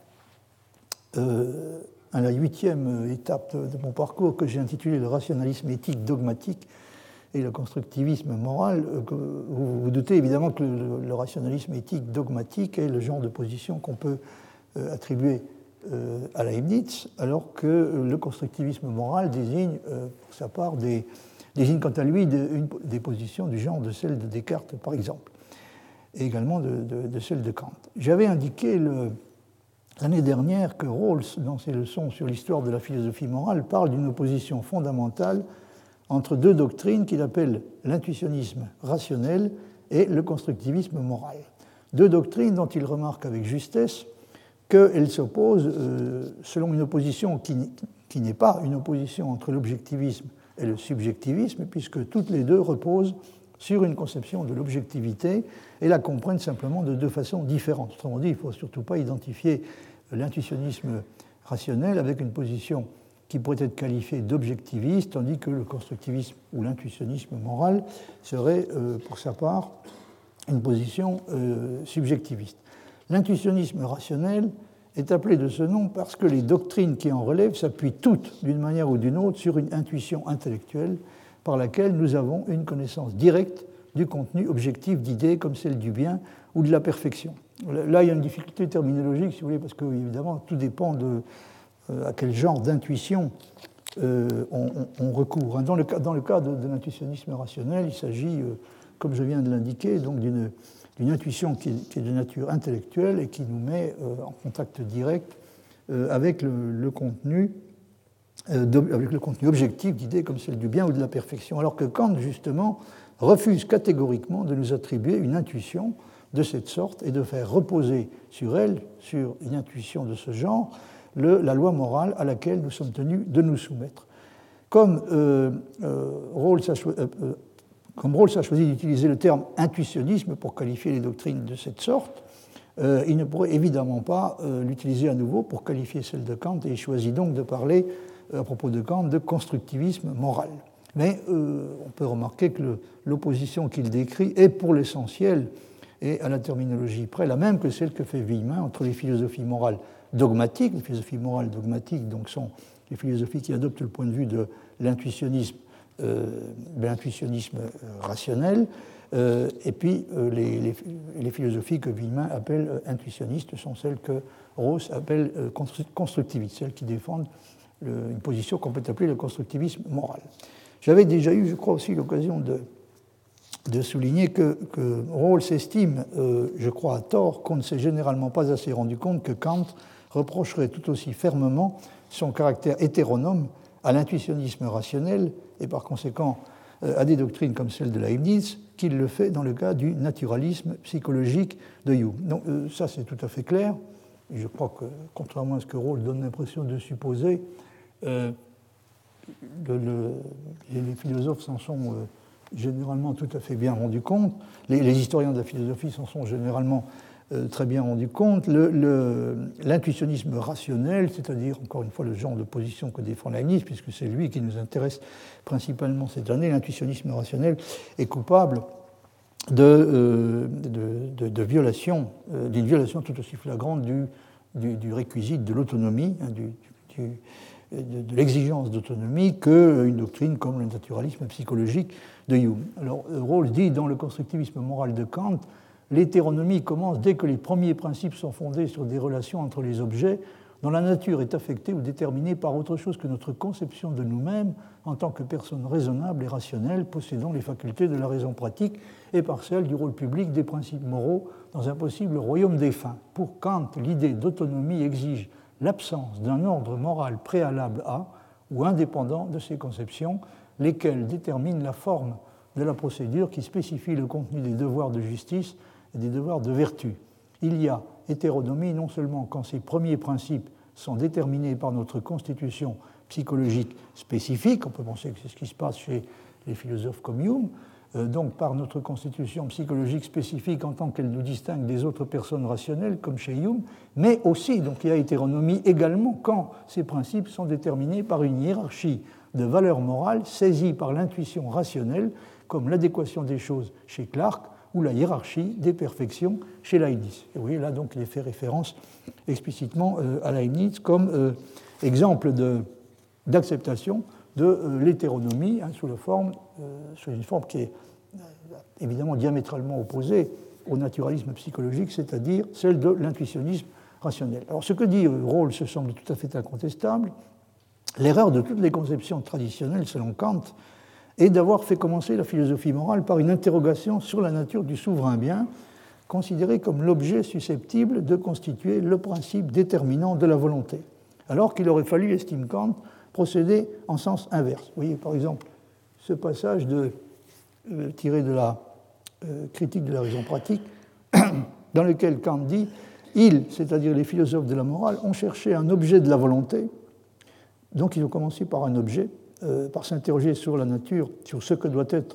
à la 8e étape de mon parcours que j'ai intitulé le rationalisme éthique dogmatique et le constructivisme moral. Vous vous doutez évidemment que le rationalisme éthique dogmatique est le genre de position qu'on peut attribuer à Leibniz, alors que le constructivisme moral désigne, pour sa part, désigne quant à lui des positions du genre de celle de Descartes, par exemple, et également de celle de Kant. J'avais indiqué l'année dernière que Rawls, dans ses leçons sur l'histoire de la philosophie morale, parle d'une opposition fondamentale entre deux doctrines qu'il appelle l'intuitionnisme rationnel et le constructivisme moral. Deux doctrines dont il remarque avec justesse qu'elles s'opposent selon une opposition qui n'est pas une opposition entre l'objectivisme et le subjectivisme, puisque toutes les deux reposent sur une conception de l'objectivité et la comprennent simplement de deux façons différentes. Autrement dit, il ne faut surtout pas identifier l'intuitionnisme rationnel avec une position qui pourrait être qualifiée d'objectiviste, tandis que le constructivisme ou l'intuitionnisme moral serait, pour sa part, une position subjectiviste. L'intuitionnisme rationnel est appelé de ce nom parce que les doctrines qui en relèvent s'appuient toutes, d'une manière ou d'une autre, sur une intuition intellectuelle par laquelle nous avons une connaissance directe du contenu objectif d'idées comme celle du bien ou de la perfection. Là, il y a une difficulté terminologique, si vous voulez, parce que, évidemment, tout dépend à quel genre d'intuition on recourt. Dans le cas de l'intuitionnisme rationnel, il s'agit, comme je viens de l'indiquer, donc d'une intuition qui est de nature intellectuelle et qui nous met en contact direct avec le contenu objectif d'idées comme celle du bien ou de la perfection. Alors que Kant, justement, refuse catégoriquement de nous attribuer une intuition de cette sorte et de faire reposer sur elle, sur une intuition de ce genre, la loi morale à laquelle nous sommes tenus de nous soumettre. Comme Rawls a choisi d'utiliser le terme intuitionnisme pour qualifier les doctrines de cette sorte, il ne pourrait évidemment pas l'utiliser à nouveau pour qualifier celle de Kant, et il choisit donc de parler, à propos de Kant, de constructivisme moral. Mais on peut remarquer que l'opposition qu'il décrit est pour l'essentiel et à la terminologie près la même que celle que fait Villemin entre les philosophies morales dogmatiques. Les philosophies morales dogmatiques donc, sont les philosophies qui adoptent le point de vue de l'intuitionnisme rationnel, et puis les philosophies que Villemin appelle intuitionnistes sont celles que Rawls appelle constructivistes, celles qui défendent une position qu'on peut appeler le constructivisme moral. J'avais déjà eu, je crois aussi, l'occasion de souligner que Rawls estime, je crois à tort, qu'on ne s'est généralement pas assez rendu compte que Kant reprocherait tout aussi fermement son caractère hétéronome à l'intuitionnisme rationnel et par conséquent à des doctrines comme celle de Leibniz, qu'il le fait dans le cas du naturalisme psychologique de Hume. Donc ça c'est tout à fait clair. Et je crois que, contrairement à ce que Rawls donne l'impression de supposer, les philosophes s'en sont généralement tout à fait bien rendus compte. Les historiens de la philosophie s'en sont généralement très bien rendus compte. L'intuitionnisme rationnel, c'est-à-dire, encore une fois, le genre de position que défend Leibniz, puisque c'est lui qui nous intéresse principalement cette année, l'intuitionnisme rationnel est coupable d'une violation tout aussi flagrante du réquisite de l'autonomie, de l'exigence d'autonomie qu'une doctrine comme le naturalisme psychologique de Hume. Alors, Rawls dit dans le constructivisme moral de Kant, l'hétéronomie commence dès que les premiers principes sont fondés sur des relations entre les objets dont la nature est affectée ou déterminée par autre chose que notre conception de nous-mêmes en tant que personnes raisonnables et rationnelles possédant les facultés de la raison pratique et par celle du rôle public des principes moraux dans un possible royaume des fins. Pour Kant, l'idée d'autonomie exige l'absence d'un ordre moral préalable à ou indépendant de ces conceptions, lesquelles déterminent la forme de la procédure qui spécifie le contenu des devoirs de justice et des devoirs de vertu. Il y a hétéronomie non seulement quand ces premiers principes sont déterminés par notre constitution psychologique spécifique, on peut penser que c'est ce qui se passe chez les philosophes comme Hume, donc par notre constitution psychologique spécifique en tant qu'elle nous distingue des autres personnes rationnelles comme chez Hume, mais aussi, donc il y a hétéronomie également quand ces principes sont déterminés par une hiérarchie de valeurs morales saisies par l'intuition rationnelle comme l'adéquation des choses chez Clarke ou la hiérarchie des perfections chez Leibniz. Et vous voyez là, donc, il est fait référence explicitement à Leibniz comme exemple d'acceptation de l'hétéronomie sous une forme qui est évidemment diamétralement opposée au naturalisme psychologique, c'est-à-dire celle de l'intuitionnisme rationnel. Alors, ce que dit Rawls semble tout à fait incontestable. L'erreur de toutes les conceptions traditionnelles, selon Kant, est d'avoir fait commencer la philosophie morale par une interrogation sur la nature du souverain bien, considéré comme l'objet susceptible de constituer le principe déterminant de la volonté, alors qu'il aurait fallu, estime Kant, procéder en sens inverse. Vous voyez, par exemple, ce passage tiré de la critique de la raison pratique, dans lequel Kant dit « Ils, c'est-à-dire les philosophes de la morale, ont cherché un objet de la volonté, donc ils ont commencé par un objet, par s'interroger sur la nature, sur ce que doit être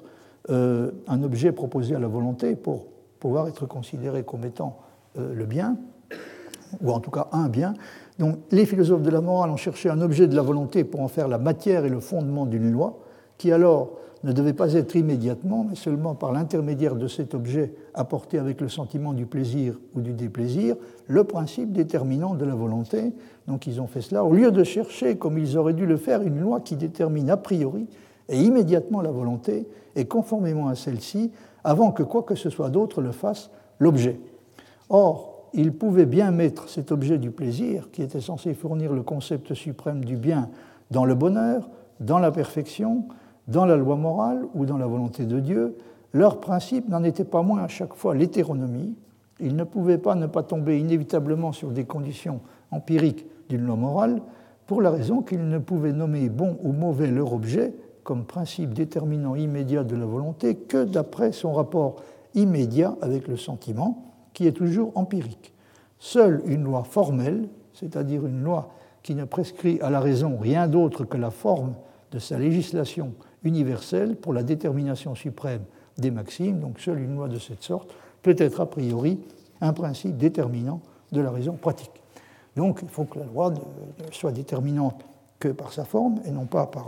un objet proposé à la volonté pour pouvoir être considéré comme étant le bien, ou en tout cas un bien. Donc les philosophes de la morale ont cherché un objet de la volonté pour en faire la matière et le fondement d'une loi, qui alors ne devait pas être immédiatement, mais seulement par l'intermédiaire de cet objet apporté avec le sentiment du plaisir ou du déplaisir, le principe déterminant de la volonté. Donc ils ont fait cela au lieu de chercher, comme ils auraient dû le faire, une loi qui détermine a priori et immédiatement la volonté, et conformément à celle-ci, avant que quoi que ce soit d'autre le fasse l'objet. Or, ils pouvaient bien mettre cet objet du plaisir, qui était censé fournir le concept suprême du bien, dans le bonheur, dans la perfection, dans la loi morale ou dans la volonté de Dieu. Leur principe n'en était pas moins à chaque fois l'hétéronomie. Ils ne pouvaient pas ne pas tomber inévitablement sur des conditions empiriques d'une loi morale, pour la raison qu'ils ne pouvaient nommer bon ou mauvais leur objet comme principe déterminant immédiat de la volonté que d'après son rapport immédiat avec le sentiment, qui est toujours empirique. Seule une loi formelle, c'est-à-dire une loi qui ne prescrit à la raison rien d'autre que la forme de sa législation universelle pour la détermination suprême des maximes, donc seule une loi de cette sorte peut être a priori un principe déterminant de la raison pratique. Donc il faut que la loi ne soit déterminante que par sa forme et non pas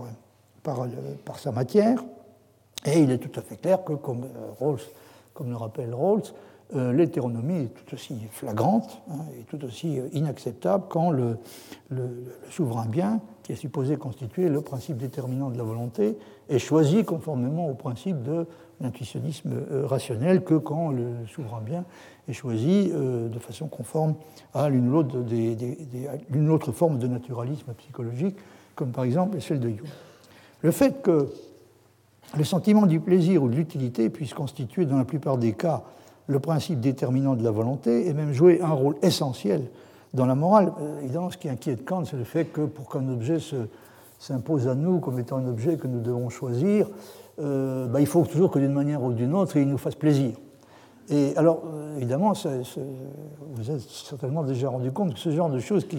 par sa matière. Et il est tout à fait clair que, comme le rappelle Rawls, l'hétéronomie est tout aussi flagrante et tout aussi inacceptable quand le souverain bien, qui est supposé constituer le principe déterminant de la volonté, est choisi conformément au principe de l'intuitionnisme rationnel que quand le souverain bien est choisi de façon conforme à l'une ou l'autre forme de naturalisme psychologique, comme par exemple celle de Hume. Le fait que le sentiment du plaisir ou de l'utilité puisse constituer dans la plupart des cas le principe déterminant de la volonté et même jouer un rôle essentiel dans la morale. Évidemment, ce qui inquiète Kant, c'est le fait que pour qu'un objet s'impose à nous comme étant un objet que nous devons choisir, il faut toujours que d'une manière ou d'une autre, il nous fasse plaisir. Et alors, évidemment, vous êtes certainement déjà rendu compte que ce genre de choses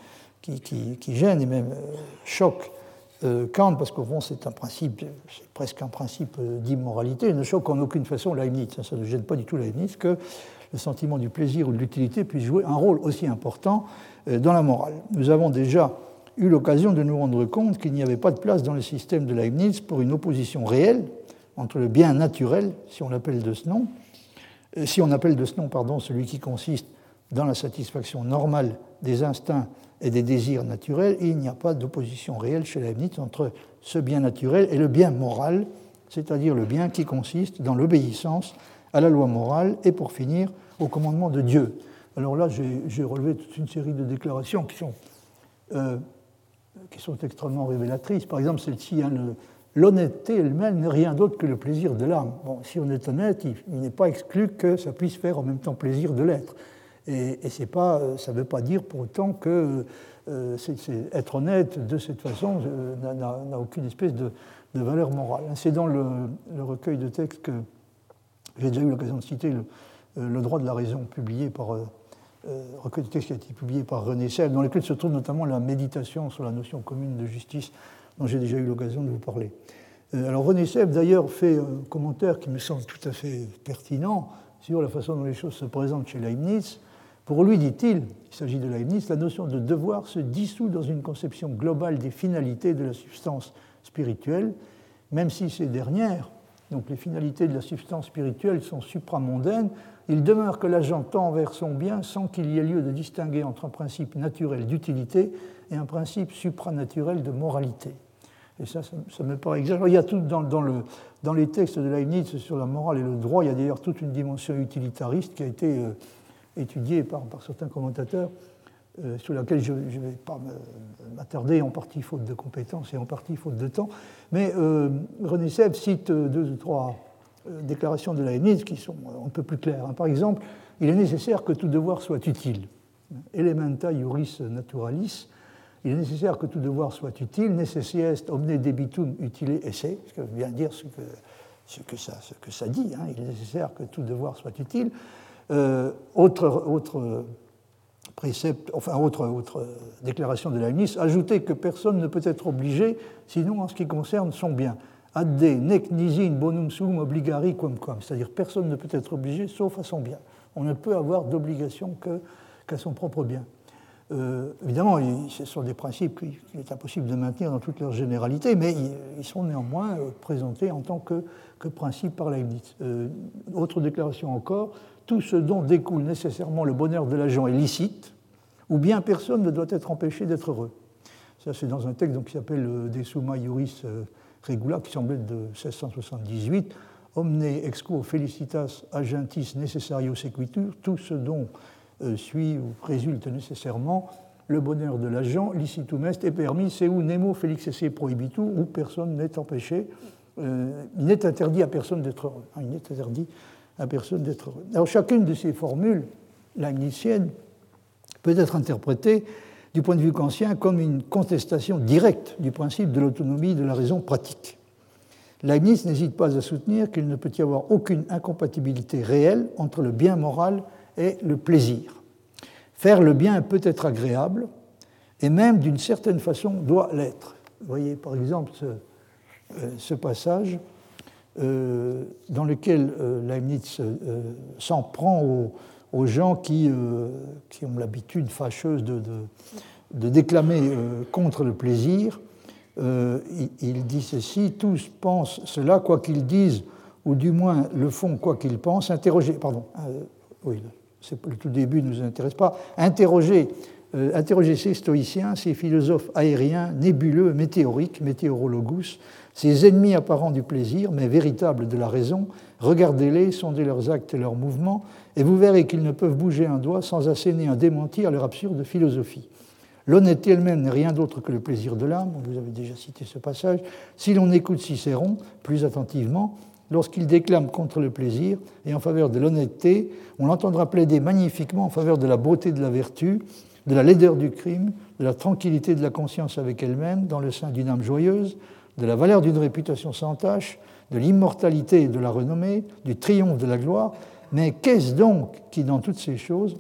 qui gênent et même choquent Kant, parce qu'au fond, c'est presque un principe d'immoralité, ne choque en aucune façon Leibniz. Ça ne gêne pas du tout Leibniz que le sentiment du plaisir ou de l'utilité puisse jouer un rôle aussi important dans la morale. Nous avons déjà eu l'occasion de nous rendre compte qu'il n'y avait pas de place dans le système de Leibniz pour une opposition réelle entre le bien naturel, si on appelle de ce nom, celui qui consiste dans la satisfaction normale des instincts et des désirs naturels, et il n'y a pas d'opposition réelle chez Leibniz entre ce bien naturel et le bien moral, c'est-à-dire le bien qui consiste dans l'obéissance à la loi morale et pour finir au commandement de Dieu. Alors là, j'ai relevé toute une série de déclarations qui sont extrêmement révélatrices. Par exemple, celle-ci, hein, l'honnêteté elle-même n'est rien d'autre que le plaisir de l'âme. Bon, si on est honnête, il n'est pas exclu que ça puisse faire en même temps plaisir de l'être. Et ça ne veut pas dire pour autant que être honnête de cette façon n'a aucune espèce de valeur morale. C'est dans le recueil de textes que j'ai déjà eu l'occasion de citer, le droit de la raison, publié par recueil de textes qui a été publié par René Sèvres, dans lequel se trouve notamment la méditation sur la notion commune de justice, dont j'ai déjà eu l'occasion de vous parler. Alors René Sèvres, d'ailleurs, fait un commentaire qui me semble tout à fait pertinent sur la façon dont les choses se présentent chez Leibniz. Pour lui, dit-il, il s'agit de Leibniz, la notion de devoir se dissout dans une conception globale des finalités de la substance spirituelle, même si ces dernières, donc les finalités de la substance spirituelle, sont supramondaines, il demeure que l'agent tend vers son bien sans qu'il y ait lieu de distinguer entre un principe naturel d'utilité et un principe supranaturel de moralité. Et ça me paraît exagéré. Il y a tout dans les textes de Leibniz sur la morale et le droit, il y a d'ailleurs toute une dimension utilitariste qui a été étudiée par certains commentateurs, sur laquelle je ne vais pas m'attarder, en partie faute de compétences et en partie faute de temps. Mais René Sèvres cite 2 ou 3 déclarations de Leibniz qui sont un peu plus claires. Par exemple, il est nécessaire que tout devoir soit utile. Elementa iuris naturalis. Il est nécessaire que tout devoir soit utile. Necesse est omne debitum utile esse, ce que vient dire ce que ça dit. Hein. Il est nécessaire que tout devoir soit utile. Autre précepte, enfin autre déclaration de Leibniz, ajouter que personne ne peut être obligé, sinon en ce qui concerne son bien. Adde nec nisi in bonum suum obligari quamquam, c'est-à-dire personne ne peut être obligé sauf à son bien. On ne peut avoir d'obligation qu'à son propre bien. Évidemment, ce sont des principes qu'il est impossible de maintenir dans toute leur généralité, mais ils sont néanmoins présentés en tant que principe par Leibniz. Autre déclaration encore, tout ce dont découle nécessairement le bonheur de l'agent est licite, ou bien personne ne doit être empêché d'être heureux. Ça, c'est dans un texte donc, qui s'appelle De Summa Iuris Regula, qui semble être de 1678. Omne ex quo felicitas agentis necessario sequitur, tout ce dont suit ou résulte nécessairement le bonheur de l'agent, licitum est, est permis, seu nemo felix esse prohibitur, où personne n'est empêché, il n'est interdit à personne d'être heureux. Il n'est interdit à personne d'être heureux. Alors chacune de ces formules leibniziennes peut être interprétée du point de vue kantien comme une contestation directe du principe de l'autonomie de la raison pratique. Leibniz n'hésite pas à soutenir qu'il ne peut y avoir aucune incompatibilité réelle entre le bien moral et le plaisir. Faire le bien peut être agréable et même d'une certaine façon doit l'être. Vous voyez par exemple ce passage dans lequel Leibniz s'en prend aux gens qui ont l'habitude fâcheuse de déclamer contre le plaisir. Il dit ceci, tous pensent cela, quoi qu'ils disent, ou du moins le font quoi qu'ils pensent. Oui, le tout début ne nous intéresse pas. Interroger ces stoïciens, ces philosophes aériens, nébuleux, météoriques, météorologus, ces ennemis apparents du plaisir, mais véritables de la raison, regardez-les, sondez leurs actes et leurs mouvements, et vous verrez qu'ils ne peuvent bouger un doigt sans asséner un démenti à leur absurde philosophie. L'honnêteté elle-même n'est rien d'autre que le plaisir de l'âme, vous avez déjà cité ce passage. Si l'on écoute Cicéron plus attentivement, lorsqu'il déclame contre le plaisir et en faveur de l'honnêteté, on l'entendra plaider magnifiquement en faveur de la beauté de la vertu, de la laideur du crime, de la tranquillité de la conscience avec elle-même dans le sein d'une âme joyeuse, de la valeur d'une réputation sans tache, de l'immortalité et de la renommée, du triomphe de la gloire. Mais qu'est-ce donc qui dans toutes ces choses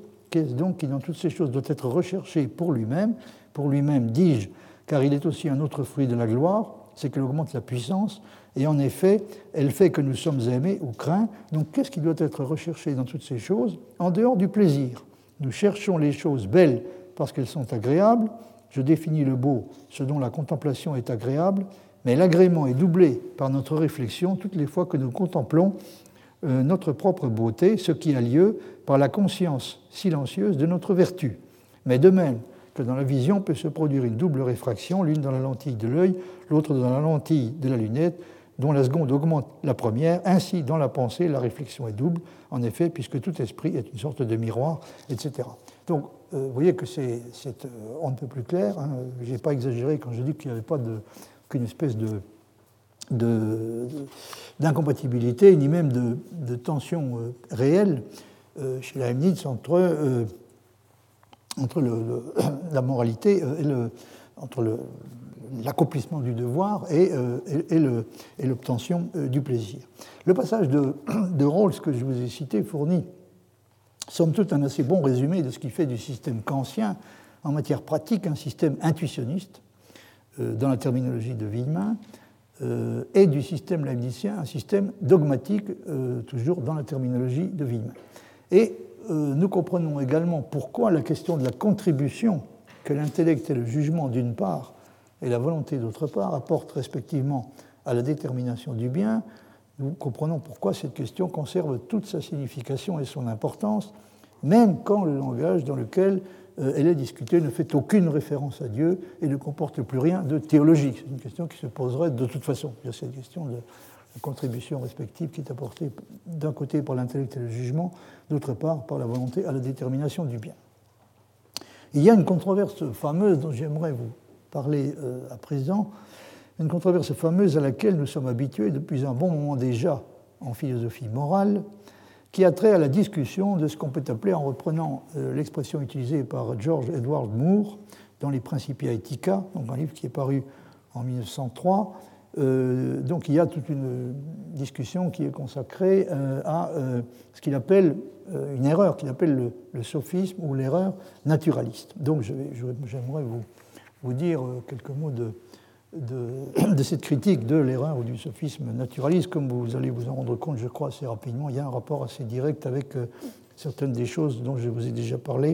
doit être recherché pour lui-même, dis-je, car il est aussi un autre fruit de la gloire, c'est qu'elle augmente la puissance, et en effet, elle fait que nous sommes aimés ou craints. Donc qu'est-ce qui doit être recherché dans toutes ces choses, en dehors du plaisir? Nous cherchons les choses belles parce qu'elles sont agréables. Je définis le beau, ce dont la contemplation est agréable, mais l'agrément est doublé par notre réflexion toutes les fois que nous contemplons notre propre beauté, ce qui a lieu par la conscience silencieuse de notre vertu. Mais de même que dans la vision peut se produire une double réfraction, l'une dans la lentille de l'œil, l'autre dans la lentille de la lunette, dont la seconde augmente la première. Ainsi, dans la pensée, la réflexion est double, en effet, puisque tout esprit est une sorte de miroir, etc. Donc, vous voyez que c'est on ne peut plus clair. Hein. Je n'ai pas exagéré quand je dis qu'il n'y avait pas qu'une espèce d'incompatibilité, ni même de tension réelle chez Leibniz entre la moralité entre l'accomplissement du devoir et l'obtention du plaisir. Le passage de Rawls que je vous ai cité fournit, somme toute, un assez bon résumé de ce qui fait du système kantien, en matière pratique, un système intuitionniste, dans la terminologie de Villemin, et du système leibnizien, un système dogmatique, toujours dans la terminologie de Villemin. Et nous comprenons également pourquoi la question de la contribution que l'intellect et le jugement d'une part et la volonté d'autre part apportent respectivement à la détermination du bien. Nous comprenons pourquoi cette question conserve toute sa signification et son importance, même quand le langage dans lequel elle est discutée ne fait aucune référence à Dieu et ne comporte plus rien de théologique. C'est une question qui se poserait de toute façon. Il y a cette question de la contribution respective qui est apportée d'un côté par l'intellect et le jugement, d'autre part par la volonté à la détermination du bien. Il y a une controverse fameuse dont j'aimerais vous parler à présent, une controverse fameuse à laquelle nous sommes habitués depuis un bon moment déjà en philosophie morale, qui a trait à la discussion de ce qu'on peut appeler, en reprenant l'expression utilisée par George Edward Moore dans les Principia Ethica, donc un livre qui est paru en 1903. Donc il y a toute une discussion qui est consacrée à ce qu'il appelle une erreur qu'il appelle le sophisme ou l'erreur naturaliste. Donc j'aimerais vous dire quelques mots de cette critique de l'erreur ou du sophisme naturaliste. Comme vous allez vous en rendre compte, je crois, assez rapidement, il y a un rapport assez direct avec certaines des choses dont je vous ai déjà parlé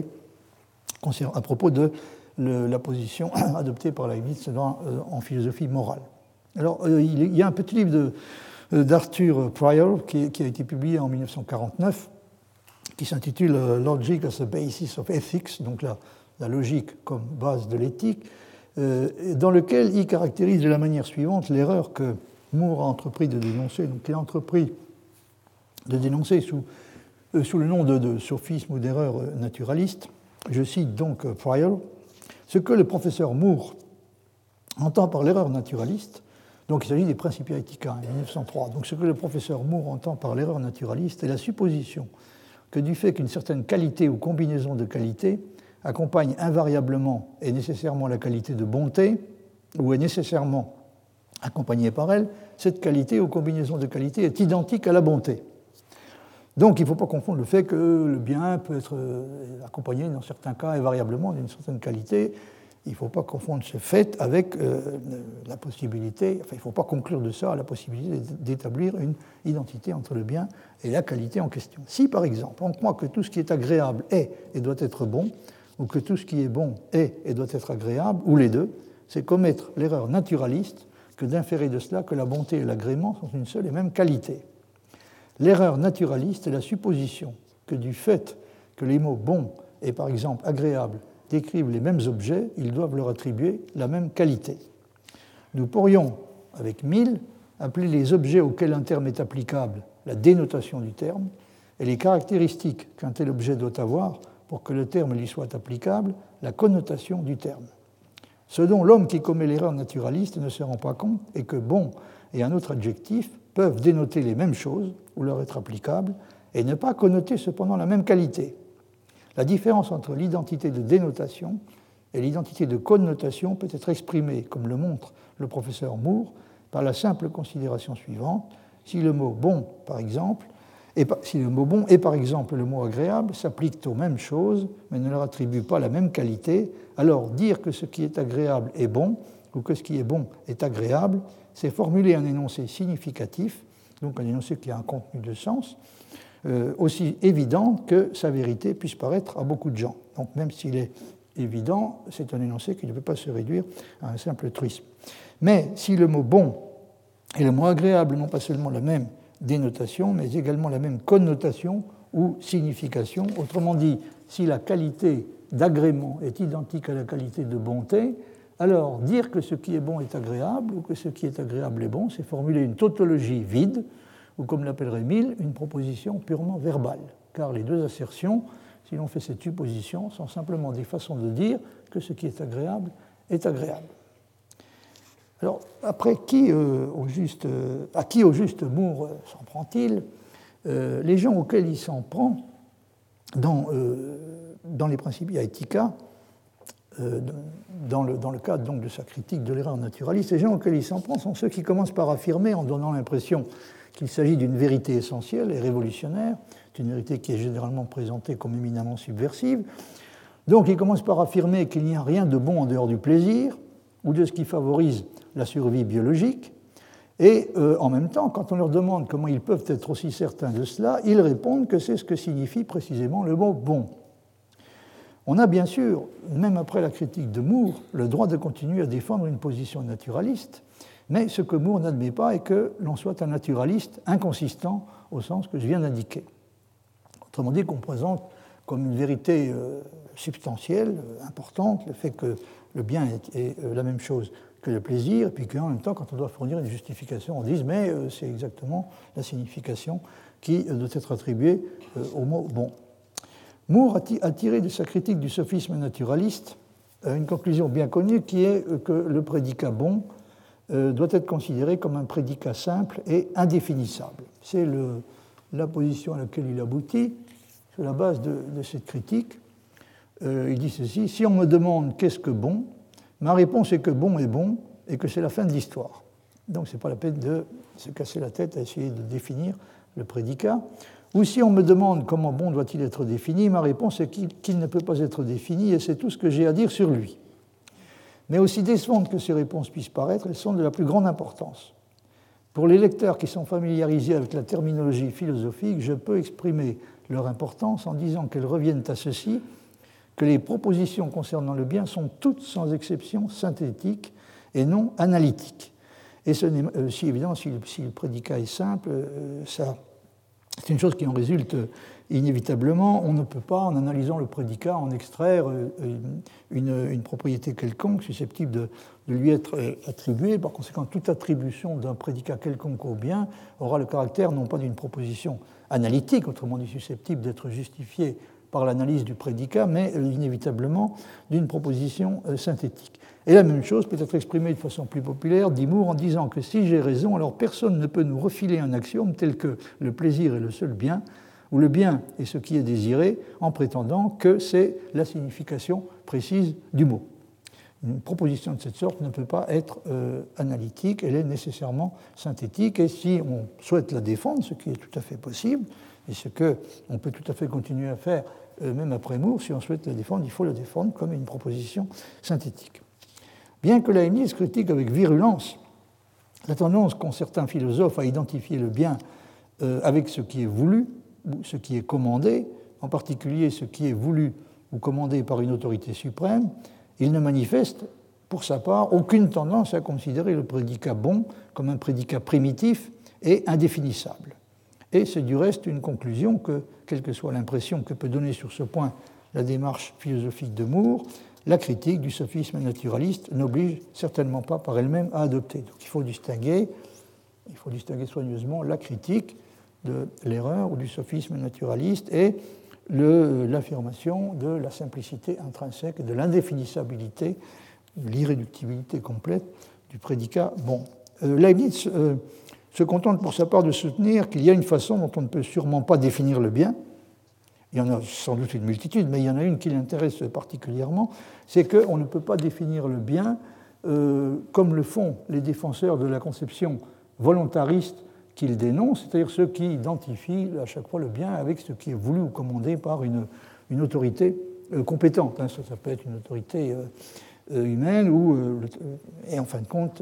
à propos de la position adoptée par Leibniz en philosophie morale. Alors, il y a un petit livre d'Arthur Pryor qui a été publié en 1949, qui s'intitule Logic as a Basis of Ethics, donc la logique comme base de l'éthique, dans lequel il caractérise de la manière suivante l'erreur que Moore a entrepris de dénoncer. Donc, il a entrepris de dénoncer sous le nom de sophisme ou d'erreur naturaliste. Je cite donc Pryor. Ce que le professeur Moore entend par l'erreur naturaliste, donc il s'agit des Principia Ethica, 1903. Donc ce que le professeur Moore entend par l'erreur naturaliste est la supposition que du fait qu'une certaine qualité ou combinaison de qualités accompagne invariablement et nécessairement la qualité de bonté, ou est nécessairement accompagnée par elle, cette qualité ou combinaison de qualités est identique à la bonté. Donc il ne faut pas confondre le fait que le bien peut être accompagné dans certains cas invariablement d'une certaine qualité. Il ne faut pas confondre ce fait avec la possibilité, enfin il ne faut pas conclure de ça à la possibilité d'établir une identité entre le bien et la qualité en question. Si par exemple on croit que tout ce qui est agréable est et doit être bon, ou que tout ce qui est bon est et doit être agréable, ou les deux, c'est commettre l'erreur naturaliste que d'inférer de cela que la bonté et l'agrément sont une seule et même qualité. L'erreur naturaliste est la supposition que du fait que les mots bon et par exemple agréable décrivent les mêmes objets, ils doivent leur attribuer la même qualité. Nous pourrions, avec 1000, appeler les objets auxquels un terme est applicable la dénotation du terme et les caractéristiques qu'un tel objet doit avoir pour que le terme lui soit applicable, la connotation du terme. Ce dont l'homme qui commet l'erreur naturaliste ne se rend pas compte est que bon et un autre adjectif peuvent dénoter les mêmes choses ou leur être applicables et ne pas connoter cependant la même qualité. La différence entre l'identité de dénotation et l'identité de connotation peut être exprimée, comme le montre le professeur Moore, par la simple considération suivante. Si le mot bon, par exemple, et par exemple le mot agréable s'appliquent aux mêmes choses, mais ne leur attribuent pas la même qualité, alors dire que ce qui est agréable est bon, ou que ce qui est bon est agréable, c'est formuler un énoncé significatif, donc un énoncé qui a un contenu de sens, aussi évident que sa vérité puisse paraître à beaucoup de gens. Donc même s'il est évident, c'est un énoncé qui ne peut pas se réduire à un simple truisme. Mais si le mot bon et le mot agréable n'ont pas seulement la même dénotation, mais également la même connotation ou signification, autrement dit, si la qualité d'agrément est identique à la qualité de bonté, alors dire que ce qui est bon est agréable ou que ce qui est agréable est bon, c'est formuler une tautologie vide, ou comme l'appellerait Mill, une proposition purement verbale, car les deux assertions, si l'on fait cette supposition, sont simplement des façons de dire que ce qui est agréable est agréable. Alors, après, à qui au juste Moore s'en prend-il? Les gens auxquels il s'en prend, dans les Principia Ethica, dans le cadre donc, de sa critique de l'erreur naturaliste, les gens auxquels il s'en prend sont ceux qui commencent par affirmer, en donnant l'impression qu'il s'agit d'une vérité essentielle et révolutionnaire, c'est une vérité qui est généralement présentée comme éminemment subversive. Donc, ils commencent par affirmer qu'il n'y a rien de bon en dehors du plaisir ou de ce qui favorise la survie biologique. Et en même temps, quand on leur demande comment ils peuvent être aussi certains de cela, ils répondent que c'est ce que signifie précisément le mot « bon ». On a bien sûr, même après la critique de Moore, le droit de continuer à défendre une position naturaliste, mais ce que Moore n'admet pas est que l'on soit un naturaliste inconsistant au sens que je viens d'indiquer. Autrement dit, qu'on présente comme une vérité substantielle, importante, le fait que le bien est la même chose que le plaisir, et puis qu'en même temps, quand on doit fournir une justification, on dise mais c'est exactement la signification qui doit être attribuée au mot « bon ». Moore a tiré de sa critique du sophisme naturaliste une conclusion bien connue qui est que le prédicat « bon » doit être considéré comme un prédicat simple et indéfinissable. C'est la position à laquelle il aboutit sur la base de cette critique. Il dit ceci: « Si on me demande qu'est-ce que bon, ma réponse est que bon est bon et que c'est la fin de l'histoire. » Donc ce n'est pas la peine de se casser la tête à essayer de définir le prédicat. Ou si on me demande comment bon doit-il être défini, ma réponse est qu'il ne peut pas être défini et c'est tout ce que j'ai à dire sur lui. Mais aussi décevantes que ces réponses puissent paraître, elles sont de la plus grande importance. Pour les lecteurs qui sont familiarisés avec la terminologie philosophique, je peux exprimer leur importance en disant qu'elles reviennent à ceci, que les propositions concernant le bien sont toutes sans exception synthétiques et non analytiques. Et ce n'est, évidemment, si le prédicat est simple, c'est une chose qui en résulte inévitablement. On ne peut pas, en analysant le prédicat, en extraire une propriété quelconque susceptible de lui être attribuée. Par conséquent, toute attribution d'un prédicat quelconque au bien aura le caractère non pas d'une proposition analytique, autrement dit susceptible d'être justifiée par l'analyse du prédicat, mais inévitablement d'une proposition synthétique. Et la même chose peut être exprimée de façon plus populaire, dit Moore, en disant que si j'ai raison, alors personne ne peut nous refiler un axiome tel que le plaisir est le seul bien, ou le bien est ce qui est désiré, en prétendant que c'est la signification précise du mot. Une proposition de cette sorte ne peut pas être analytique, elle est nécessairement synthétique, et si on souhaite la défendre, ce qui est tout à fait possible, et ce qu'on peut tout à fait continuer à faire même après Moore, si on souhaite la défendre, il faut la défendre comme une proposition synthétique. Bien que Leibniz critique avec virulence la tendance qu'ont certains philosophes à identifier le bien avec ce qui est voulu ou ce qui est commandé, en particulier ce qui est voulu ou commandé par une autorité suprême, il ne manifeste pour sa part aucune tendance à considérer le prédicat bon comme un prédicat primitif et indéfinissable. Et c'est du reste une conclusion que, quelle que soit l'impression que peut donner sur ce point la démarche philosophique de Moore, la critique du sophisme naturaliste n'oblige certainement pas par elle-même à adopter. Donc il faut distinguer soigneusement la critique de l'erreur ou du sophisme naturaliste et l'affirmation de la simplicité intrinsèque, de l'indéfinissabilité, de l'irréductibilité complète du prédicat bon. Leibniz se contente pour sa part de soutenir qu'il y a une façon dont on ne peut sûrement pas définir le bien. Il y en a sans doute une multitude, mais il y en a une qui l'intéresse particulièrement, c'est qu'on ne peut pas définir le bien comme le font les défenseurs de la conception volontariste qu'ils dénoncent, c'est-à-dire ceux qui identifient à chaque fois le bien avec ce qui est voulu ou commandé par une autorité compétente. Ça peut être une autorité humaine et en fin de compte,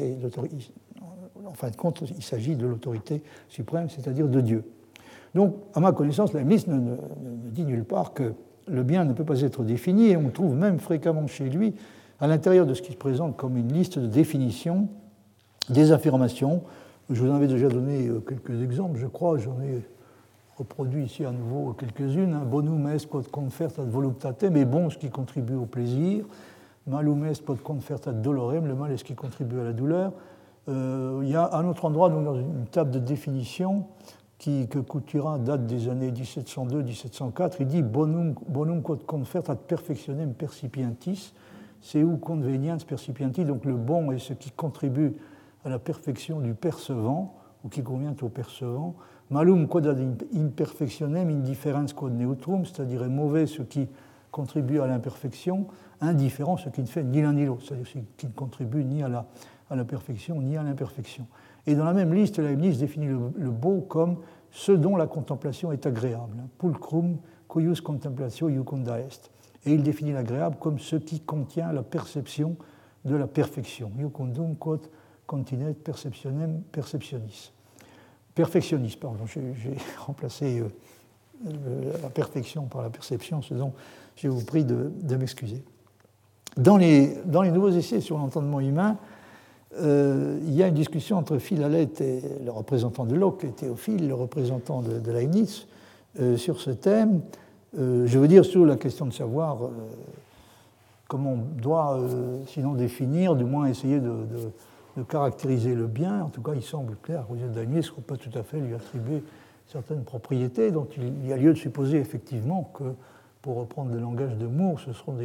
il s'agit de l'autorité suprême, c'est-à-dire de Dieu. Donc, à ma connaissance, Leibniz ne dit nulle part que le bien ne peut pas être défini, et on trouve même fréquemment chez lui, à l'intérieur de ce qui se présente comme une liste de définitions, des affirmations. Je vous en avais déjà donné quelques exemples, je crois, j'en ai reproduit ici à nouveau quelques-unes. Bonum est quod confert ad voluptatem, mais bon, ce qui contribue au plaisir. malum est quod confertat dolorem, le mal est ce qui contribue à la douleur. Il y a un autre endroit, donc dans une table de définition, que Couturat date des années 1702-1704, il dit bonum quod confertat perfectionem percipientis, seu conveniens percipienti, donc le bon est ce qui contribue à la perfection du percevant, ou qui convient au percevant. Malum quod ad imperfectionem indifferens quod neutrum, c'est-à-dire mauvais ce qui contribue à l'imperfection, indifférent ce qui ne fait ni l'un ni l'autre, c'est-à-dire ce qui ne contribue ni à la perfection ni à l'imperfection. Et dans la même liste, Leibniz définit le beau comme ce dont la contemplation est agréable, pulchrum cuius contemplatio iucunda est. Et il définit l'agréable comme ce qui contient la perception de la perfection, iucundum quod continet perceptionem perceptionis. Perfectionnis, pardon, j'ai remplacé la perfection par la perception, ce dont je vous prie de m'excuser. Dans les nouveaux essais sur l'entendement humain, il y a une discussion entre Philalèthe et le représentant de Locke, et Théophile, le représentant de Leibniz, sur ce thème. Je veux dire sur la question de savoir comment on doit, sinon définir, du moins essayer de caractériser le bien. En tout cas, il semble clair aux yeux de Leibniz qu'on peut tout à fait lui attribuer certaines propriétés dont il y a lieu de supposer effectivement que, pour reprendre le langage de Moore, ce seront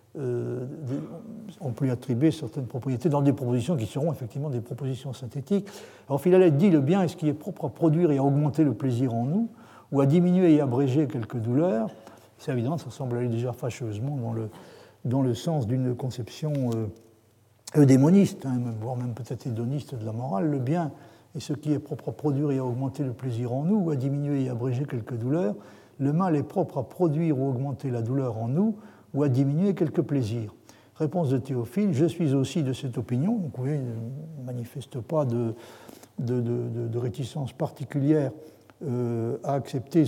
on peut lui attribuer certaines propriétés dans des propositions qui seront effectivement des propositions synthétiques. Alors Philalèthe dit le bien est ce qui est propre à produire et à augmenter le plaisir en nous, ou à diminuer et abréger quelques douleurs. C'est évident, ça semble aller déjà fâcheusement dans le sens d'une conception eudémoniste, voire même peut-être hédoniste de la morale. Le bien est ce qui est propre à produire et à augmenter le plaisir en nous, ou à diminuer et abréger quelques douleurs. Le mal est propre à produire ou augmenter la douleur en nous, ou à diminuer quelques plaisirs. Réponse de Théophile, je suis aussi de cette opinion. Donc, vous voyez, il ne manifeste pas de réticence particulière à accepter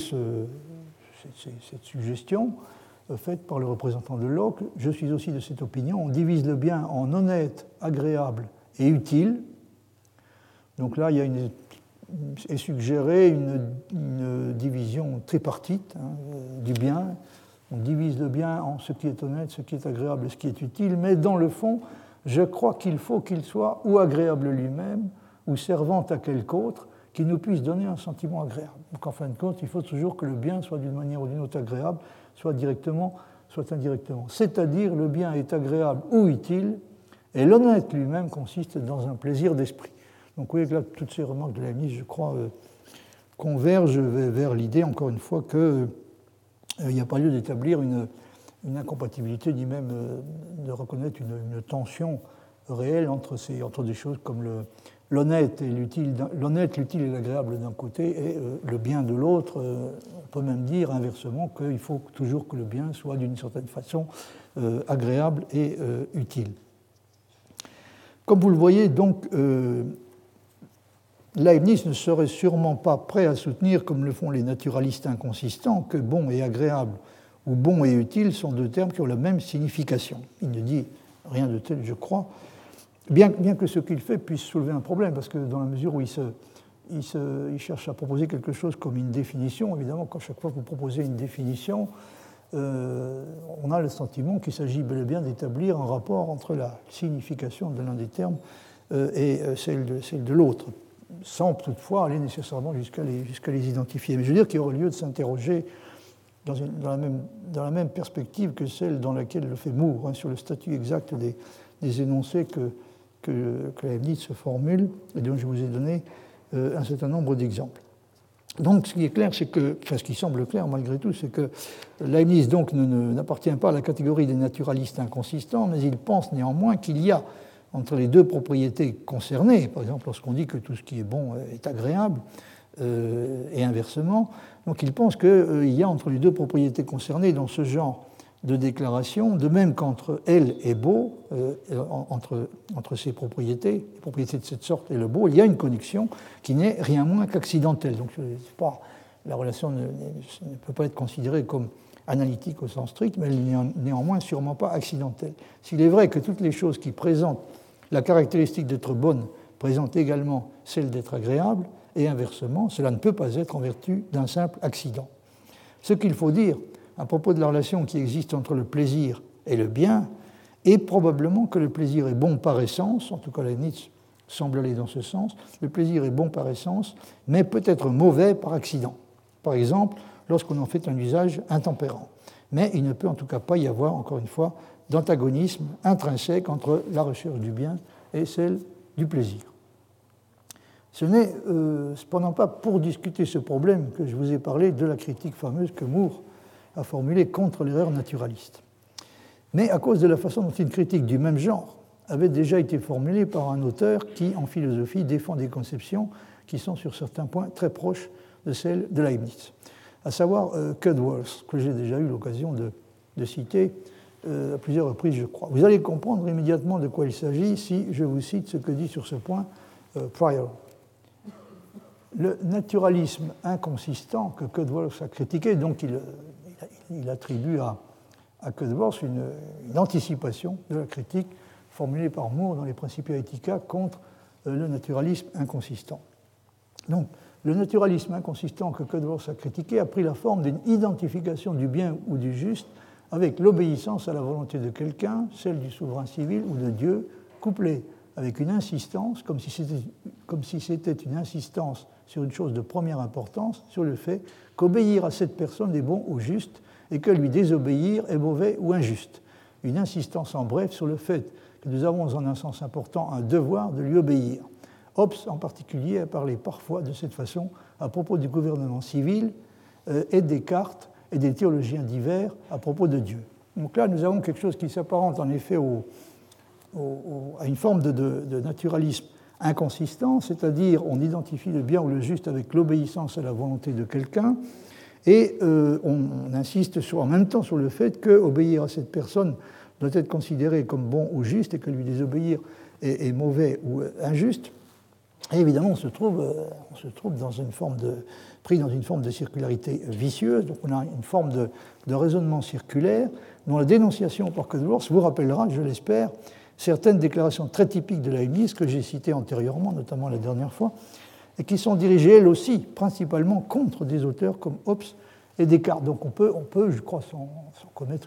cette suggestion faite par le représentant de Locke. Je suis aussi de cette opinion. On divise le bien en honnête, agréable et utile. Donc là, il y a est suggérée une division tripartite du bien. On divise le bien en ce qui est honnête, ce qui est agréable et ce qui est utile, mais dans le fond, je crois qu'il faut qu'il soit ou agréable lui-même, ou servant à quelque autre, qui nous puisse donner un sentiment agréable. Donc en fin de compte, il faut toujours que le bien soit d'une manière ou d'une autre agréable, soit directement, soit indirectement. C'est-à-dire, le bien est agréable ou utile, et l'honnête lui-même consiste dans un plaisir d'esprit. Donc vous voyez que là, toutes ces remarques de Leibniz, je crois, convergent vers l'idée, encore une fois, que il n'y a pas lieu d'établir une incompatibilité, ni même de reconnaître une tension réelle entre des choses comme l'honnête, l'utile et l'agréable d'un côté et le bien de l'autre. On peut même dire inversement qu'il faut toujours que le bien soit d'une certaine façon agréable et utile. Comme vous le voyez, donc, Leibniz ne serait sûrement pas prêt à soutenir, comme le font les naturalistes inconsistants, que bon et agréable ou bon et utile sont deux termes qui ont la même signification. Il ne dit rien de tel, je crois, bien que ce qu'il fait puisse soulever un problème, parce que dans la mesure où il cherche à proposer quelque chose comme une définition, évidemment, quand chaque fois que vous proposez une définition, on a le sentiment qu'il s'agit bel et bien d'établir un rapport entre la signification de l'un des termes et celle de l'autre, sans toutefois aller nécessairement jusqu'à les identifier. Mais je veux dire qu'il y aurait lieu de s'interroger dans la même perspective que celle dans laquelle le fait Moore, sur le statut exact des énoncés que Leibniz se formule, et dont je vous ai donné un certain nombre d'exemples. Donc ce qui est clair, ce qui semble clair malgré tout, c'est que Leibniz donc n'appartient pas à la catégorie des naturalistes inconsistants, mais il pense néanmoins qu'il y a entre les deux propriétés concernées, par exemple lorsqu'on dit que tout ce qui est bon est agréable, et inversement, donc il pense qu'il y a entre les deux propriétés concernées dans ce genre de déclaration, de même qu'entre elle et beau, entre ces propriétés, les propriétés de cette sorte et le beau, il y a une connexion qui n'est rien moins qu'accidentelle. Donc la relation ne peut pas être considérée comme analytique au sens strict, mais elle n'est néanmoins sûrement pas accidentelle. S'il est vrai que toutes les choses qui présentent la caractéristique d'être bonne présentent également celle d'être agréable, et inversement, cela ne peut pas être en vertu d'un simple accident. Ce qu'il faut dire à propos de la relation qui existe entre le plaisir et le bien et probablement que le plaisir est bon par essence, en tout cas Leibniz semble aller dans ce sens, le plaisir est bon par essence, mais peut être mauvais par accident. Par exemple, lorsqu'on en fait un usage intempérant. Mais il ne peut en tout cas pas y avoir, encore une fois, d'antagonisme intrinsèque entre la recherche du bien et celle du plaisir. Ce n'est cependant pas pour discuter ce problème que je vous ai parlé de la critique fameuse que Moore a formulée contre l'erreur naturaliste. Mais à cause de la façon dont une critique du même genre avait déjà été formulée par un auteur qui, en philosophie, défend des conceptions qui sont sur certains points très proches de celles de Leibniz, à savoir Cudworth, que j'ai déjà eu l'occasion de citer à plusieurs reprises, je crois. Vous allez comprendre immédiatement de quoi il s'agit si je vous cite ce que dit sur ce point Pryor. Le naturalisme inconsistant que Cudworth a critiqué, donc il attribue à Cudworth une anticipation de la critique formulée par Moore dans les Principia Ethica contre le naturalisme inconsistant. Donc, le naturalisme inconsistant que Cudworth a critiqué a pris la forme d'une identification du bien ou du juste avec l'obéissance à la volonté de quelqu'un, celle du souverain civil ou de Dieu, couplée avec une insistance, comme si c'était une insistance sur une chose de première importance, sur le fait qu'obéir à cette personne est bon ou juste et que lui désobéir est mauvais ou injuste. Une insistance en bref sur le fait que nous avons en un sens important un devoir de lui obéir. Hobbes en particulier a parlé parfois de cette façon à propos du gouvernement civil et des Descartes et des théologiens divers à propos de Dieu. Donc là, nous avons quelque chose qui s'apparente en effet à une forme de naturalisme inconsistant, c'est-à-dire on identifie le bien ou le juste avec l'obéissance à la volonté de quelqu'un et on insiste en même temps sur le fait qu'obéir à cette personne doit être considéré comme bon ou juste et que lui désobéir est mauvais ou injuste. Et évidemment, on se trouve pris dans une forme de circularité vicieuse, donc on a une forme de raisonnement circulaire dont la dénonciation par Cudworth vous rappellera, je l'espère, certaines déclarations très typiques de Leibniz que j'ai citées antérieurement, notamment la dernière fois, et qui sont dirigées, elles aussi, principalement contre des auteurs comme Hobbes et Descartes. Donc on peut je crois, sans commettre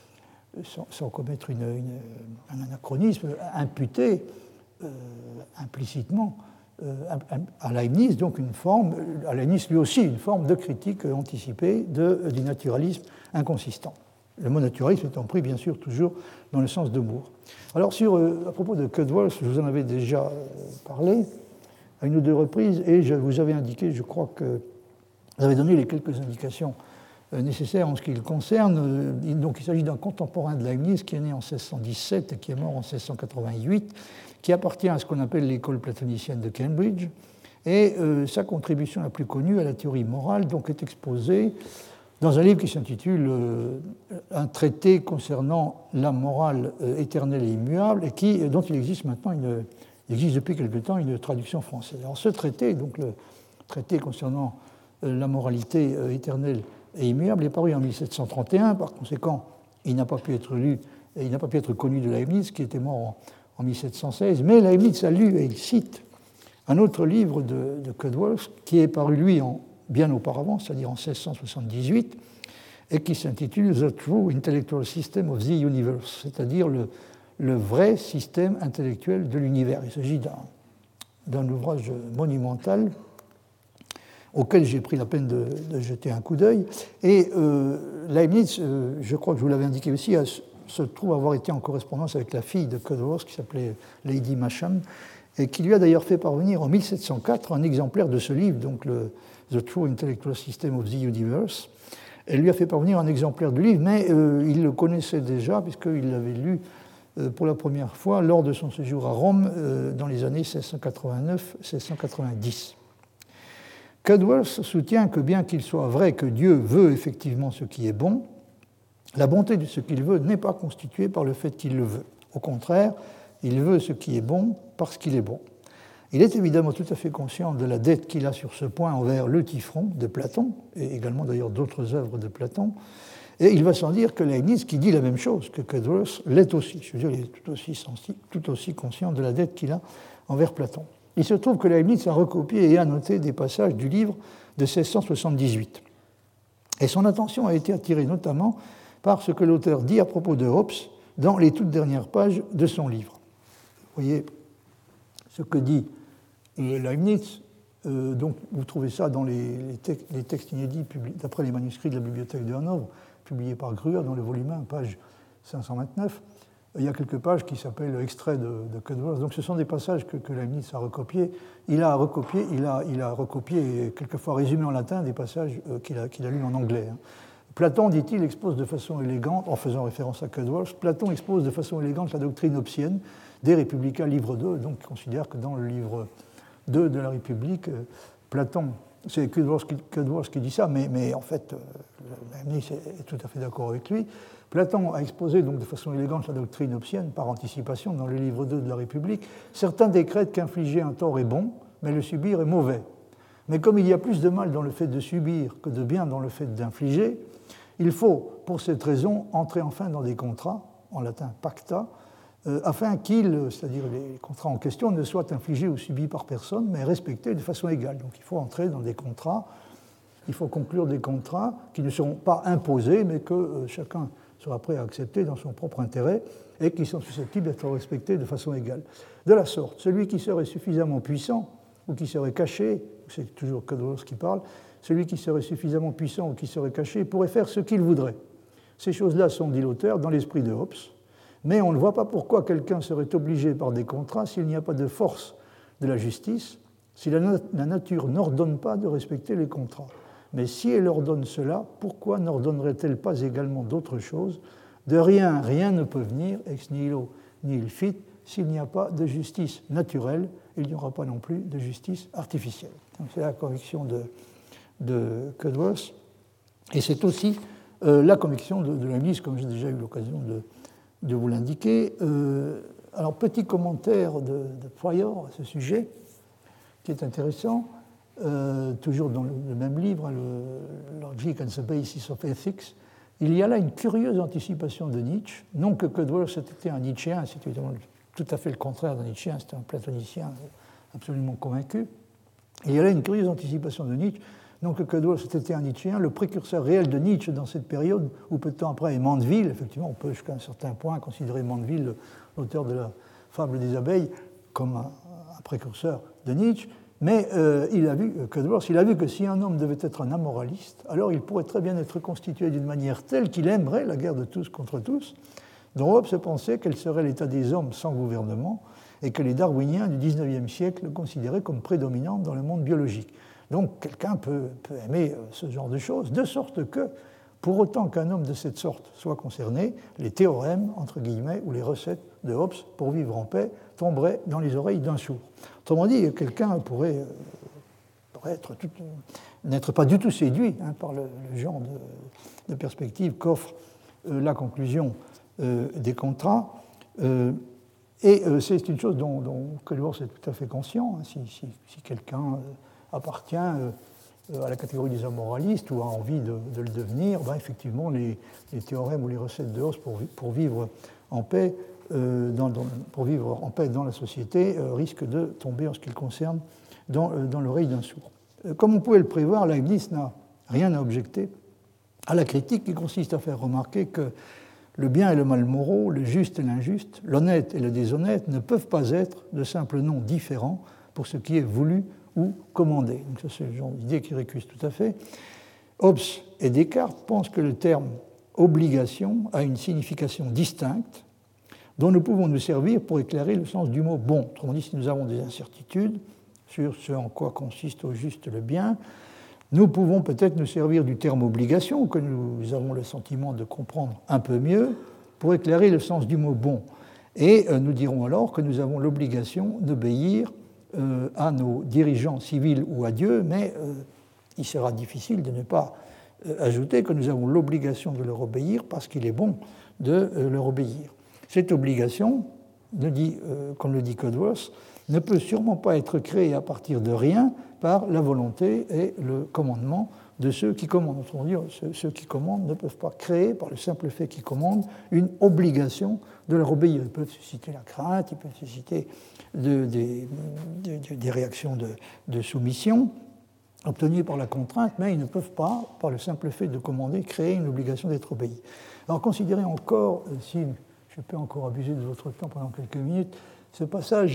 un anachronisme, imputer implicitement à Leibniz, donc à Leibniz lui aussi, une forme de critique anticipée du naturalisme inconsistant. Le mot naturalisme étant pris, bien sûr, toujours dans le sens de Moore. Alors, à propos de Cudworth, je vous en avais déjà parlé à une ou deux reprises, et je vous avais indiqué, je crois que vous avez donné les quelques indications nécessaires en ce qui le concerne. Donc, il s'agit d'un contemporain de Leibniz qui est né en 1617 et qui est mort en 1688, qui appartient à ce qu'on appelle l'école platonicienne de Cambridge. Et sa contribution la plus connue à la théorie morale donc, est exposée dans un livre qui s'intitule Un traité concernant la morale éternelle et immuable, et dont il existe maintenant il existe depuis quelque temps une traduction française. Alors ce traité, donc le traité concernant la moralité éternelle et immuable, est paru en 1731. Par conséquent, il n'a pas pu être lu, et il n'a pas pu être connu de Leibniz, qui était mort en 1716. Mais Leibniz a lu, et il cite un autre livre de Cudworth, qui est paru, lui, bien auparavant, c'est-à-dire en 1678, et qui s'intitule The True Intellectual System of the Universe, c'est-à-dire le vrai système intellectuel de l'univers. Il s'agit d'un ouvrage monumental auquel j'ai pris la peine de jeter un coup d'œil. Et Leibniz, je crois que je vous l'avais indiqué aussi, se trouve avoir été en correspondance avec la fille de Cudworth, qui s'appelait Lady Masham, et qui lui a d'ailleurs fait parvenir en 1704 un exemplaire de ce livre, donc The True Intellectual System of the Universe. Elle lui a fait parvenir un exemplaire du livre, mais il le connaissait déjà, puisqu'il l'avait lu pour la première fois lors de son séjour à Rome dans les années 1689-1690. Cudworth soutient que bien qu'il soit vrai que Dieu veut effectivement ce qui est bon, la bonté de ce qu'il veut n'est pas constituée par le fait qu'il le veut. Au contraire, il veut ce qui est bon parce qu'il est bon. Il est évidemment tout à fait conscient de la dette qu'il a sur ce point envers le Typhon de Platon, et également d'ailleurs d'autres œuvres de Platon, et il va sans dire que Leibniz, qui dit la même chose que Cudworth, l'est aussi. Je veux dire, il est tout aussi conscient de la dette qu'il a envers Platon. Il se trouve que Leibniz a recopié et annoté des passages du livre de 1678. Et son attention a été attirée notamment par ce que l'auteur dit à propos de Hobbes dans les toutes dernières pages de son livre. Vous voyez ce que dit Leibniz. Donc, vous trouvez ça dans les textes inédits d'après les manuscrits de la bibliothèque de Hanovre, publiés par Gruer dans le volume 1, page 529. Il y a quelques pages qui s'appellent extraits de Cudworth. Donc, ce sont des passages que Leibniz a recopiés. Il a recopié et quelquefois résumé en latin des passages qu'il a lus en anglais. Platon, dit-il, expose de façon élégante, en faisant référence à Cudworth, Platon expose de façon élégante la doctrine hobbesienne des Républicains, livre 2, donc il considère que dans le livre 2 de la République, Platon, c'est Cudworth qui dit ça, mais en fait, Leibniz est tout à fait d'accord avec lui. Platon a exposé donc de façon élégante la doctrine hobbesienne par anticipation dans le livre 2 de la République. Certains décrètent qu'infliger un tort est bon, mais le subir est mauvais. Mais comme il y a plus de mal dans le fait de subir que de bien dans le fait d'infliger, il faut, pour cette raison, entrer enfin dans des contrats, en latin pacta, afin qu'ils, c'est-à-dire les contrats en question, ne soient infligés ou subis par personne, mais respectés de façon égale. Donc il faut entrer dans des contrats, il faut conclure des contrats qui ne seront pas imposés, mais que chacun sera prêt à accepter dans son propre intérêt et qui sont susceptibles d'être respectés de façon égale. De la sorte, celui qui serait suffisamment puissant ou qui serait caché, c'est toujours Cudworth qui parle, celui qui serait suffisamment puissant ou qui serait caché pourrait faire ce qu'il voudrait. Ces choses-là sont, dit l'auteur, dans l'esprit de Hobbes, mais on ne voit pas pourquoi quelqu'un serait obligé par des contrats s'il n'y a pas de force de la justice, si la nature n'ordonne pas de respecter les contrats. Mais si elle ordonne cela, pourquoi n'ordonnerait-elle pas également d'autres choses? De rien, rien ne peut venir, ex nihilo nihil fit, s'il n'y a pas de justice naturelle, il n'y aura pas non plus de justice artificielle. Donc c'est la conviction de Cudworth, et c'est aussi la conviction de Leibniz, comme j'ai déjà eu l'occasion de vous l'indiquer. Alors, petit commentaire de Prior à ce sujet, qui est intéressant, toujours dans le même livre, le Logic and the Basis of Ethics, il y a là une curieuse anticipation de Nietzsche. Non que Cudworth était un Nietzschéen, c'était tout à fait le contraire d'un Nietzschéen, c'était un platonicien absolument convaincu. Il y a là une curieuse anticipation de Nietzsche. Non que Cudworth était un Nietzschéen, le précurseur réel de Nietzsche dans cette période, ou peu de temps après est Mandeville. Effectivement, on peut jusqu'à un certain point considérer Mandeville, l'auteur de la fable des abeilles, comme un précurseur de Nietzsche. Mais Cudworth, il a vu que si un homme devait être un amoraliste, alors il pourrait très bien être constitué d'une manière telle qu'il aimerait la guerre de tous contre tous, dont Hobbes pensait quel serait l'état des hommes sans gouvernement, et que les darwiniens du XIXe siècle le considéraient comme prédominant dans le monde biologique. Donc quelqu'un peut aimer ce genre de choses, de sorte que, pour autant qu'un homme de cette sorte soit concerné, les théorèmes, entre guillemets, ou les recettes de Hobbes pour vivre en paix tomberaient dans les oreilles d'un sourd. Autrement dit, quelqu'un pourrait n'être pas du tout séduit par le genre de perspective qu'offre la conclusion des contrats. Et c'est une chose dont Cudworth est tout à fait conscient. Si quelqu'un appartient à la catégorie des amoralistes ou a envie de le devenir, effectivement, les théorèmes ou les recettes de Hobbes pour vivre en paix dans la société risquent de tomber, en ce qui le concerne, dans l'oreille d'un sourd. Comme on pouvait le prévoir, Leibniz n'a rien à objecter à la critique qui consiste à faire remarquer que le bien et le mal moraux, le juste et l'injuste, l'honnête et le déshonnête ne peuvent pas être de simples noms différents pour ce qui est voulu ou commandé. Donc ça, c'est le genre d'idée qui récuse tout à fait. Hobbes et Descartes pensent que le terme obligation a une signification distincte dont nous pouvons nous servir pour éclairer le sens du mot bon. Autrement dit, si nous avons des incertitudes sur ce en quoi consiste au juste le bien, nous pouvons peut-être nous servir du terme obligation, que nous avons le sentiment de comprendre un peu mieux, pour éclairer le sens du mot bon. Et nous dirons alors que nous avons l'obligation d'obéir à nos dirigeants civils ou à Dieu, mais il sera difficile de ne pas ajouter que nous avons l'obligation de leur obéir parce qu'il est bon de leur obéir. Cette obligation, comme le dit Cudworth, ne peut sûrement pas être créée à partir de rien par la volonté et le commandement de ceux qui commandent. Autrement dit, ceux qui commandent ne peuvent pas créer, par le simple fait qu'ils commandent, une obligation de leur obéir. Ils peuvent susciter la crainte, ils peuvent susciter des réactions de soumission obtenues par la contrainte, mais ils ne peuvent pas, par le simple fait de commander, créer une obligation d'être obéi. Alors considérez encore, si je je peux encore abuser de votre temps pendant quelques minutes. Ce passage